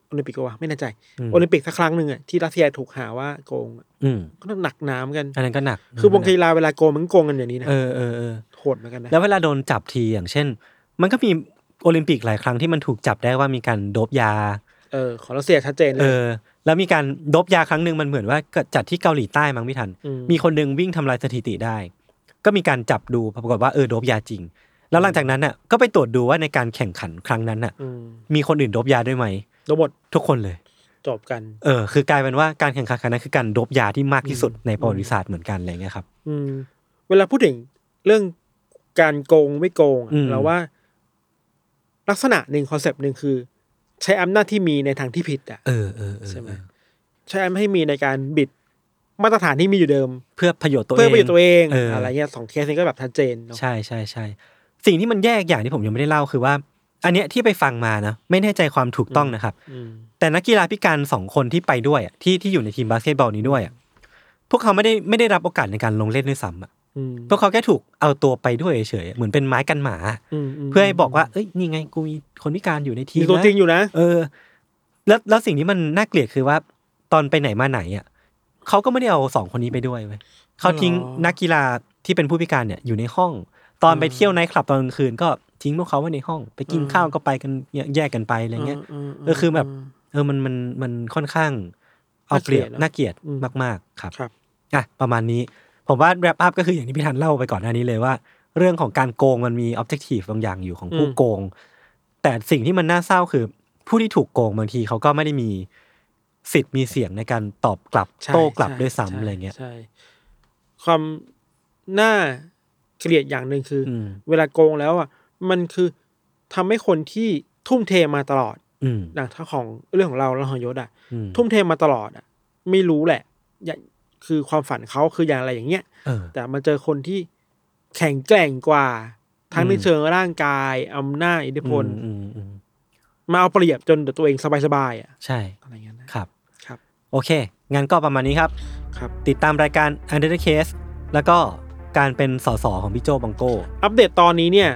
โอลิมปิกก็ว่าไม่แน่ใจโอลิมปิกสักครั้งนึงอ่ะที่รัสเซียถูกหาว่าโกงก็หนักหนามกันอันนั้นก็หนักคือวงกีฬาเวลาโกงมันโกงกันอย่างนี้นะโหดเหมือนกันนะแล้วเวลาโดนจับทีอย่างเช่นมันก็มีโอลิมปิกหลายครั้งที่มันถูกจับได้ว่ามีการโดปยาของรัสเซียชัดเจนเลยแล้วมีการโดปยาครั้งนึงมันเหมือนว่าจัดที่เกาหลีใต้มั้งพี่ทันมีคนนึงวิ่งทำลายสถิติได้ก็มีการจับดูปรากฏว่าโดปยาจริงแล้วหลังจากนั้นน่ะก็ไปตรวจดูว่าในการแข่งขันครั้งนั้นน่ะมีคนอื่นโดปยาด้วยไหมโดปหมดทุกคนเลยจบกันคือกลายเป็นว่าการแข่งขันครั้งนั้นคือการโดปยาที่มากที่สุดในประวัติศาสตร์เหมือนกันอะไรเงี้ยครับเวลาพูดถึงเรื่องการโกงไม่โกงเราว่าลักษณะหนึ่งคอนเซปต์นึงคือใช้อำนาจที่มีในทางที่ผิดอ่ะใช่ไหมใช้อำนาจให้มีในการบิดมาตรฐานที่มีอยู่เดิมเพื่อประโยชน์ตัวเองอะไรเงี้ย2เคสนี้ก็แบบชัดเจนใช่สิ่งที่มันแยกอย่างที่ผมยังไม่ได้เล่าคือว่าอันเนี้ยที่ไปฟังมานะไม่แน่ใจความถูกต้องนะครับแต่นักกีฬาพิการ2คนที่ไปด้วยอ่ะที่อยู่ในทีมบาสเกตบอลนี้ด้วยอ่ะพวกเขาไม่ได้รับโอกาสในการลงเล่นด้วยซ้ำอ่ะพวกเขาแค่ถูกเอาตัวไปด้วยเฉยๆเหมือนเป็นไม้กันหมาเพื่อให้บอกว่าเอ้ยนี่ไงกูมีคนพิการอยู่ในทีมตัวจริงอยู่นะแล้วสิ่งที่มันน่าเกลียดคือว่าตอนไปไหนมาไหนอ่ะเขาก็ไม่ได้เอา2คนนี้ไปด้วยเว้ยเขาทิ้งนักกีฬาที่เป็นผู้พิการเนี่ยอยู่ในห้องตอนไปเที่ยวไนท์คลับตอนกลางคืนก็ทิ้งพวกเขาไว้ในห้องไปกินข้าวก็ไปกันแยกกันไปอะไรเงี้ยคือแบบมันค่อนข้างเอาเปรียบน่าเกลียดมากๆครับประมาณนี้ผมว่า wrap up ก็คืออย่างที่พี่ธันเล่าไปก่อนหน้านี้เลยว่าเรื่องของการโกงมันมี objective บางอย่างอยู่ของผู้โกงแต่สิ่งที่มันน่าเศร้าคือผู้ที่ถูกโกงบางทีเขาก็ไม่ได้มีสิทธิ์มีเสียงในการตอบกลับโต้กลับด้วยซ้ำอะไรเงี้ยใช่ความน่าเกลียดอย่างนึงคือเวลาโกงแล้วอ่ะมันคือทำให้คนที่ทุ่มเทมาตลอดอย่างถ้าของเรื่องของเราแล้วของยศอ่ะทุ่มเทมาตลอดอ่ะไม่รู้แหละคือความฝันเขาคืออย่างอะไรอย่างเงี้ยแต่มาเจอคนที่แข็งแกร่งกว่าทั้งในเชิงร่างกายอำนาจอิทธิพลมาเอาเปรียบจนตัวเองสบายๆอ่ะใช่อะไรเงี้ยนะครับโอเคงั้นก็ประมาณนี้ครับติดตามรายการ Under the Case แล้วก็การเป็นสสของพี่โจบังโก้อัปเดตตอนนี้เนี่ย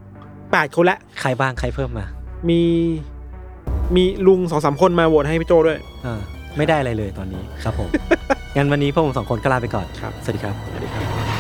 8คนละใครบ้างใครเพิ่มมามีลุง 2-3 คนมาโหวตให้พี่โจด้วยไม่ได้อะไรเลยตอนนี้ครับผม งั้นวันนี้พวกผม2คนก็ลาไปก่อนครับสวัสดีครับ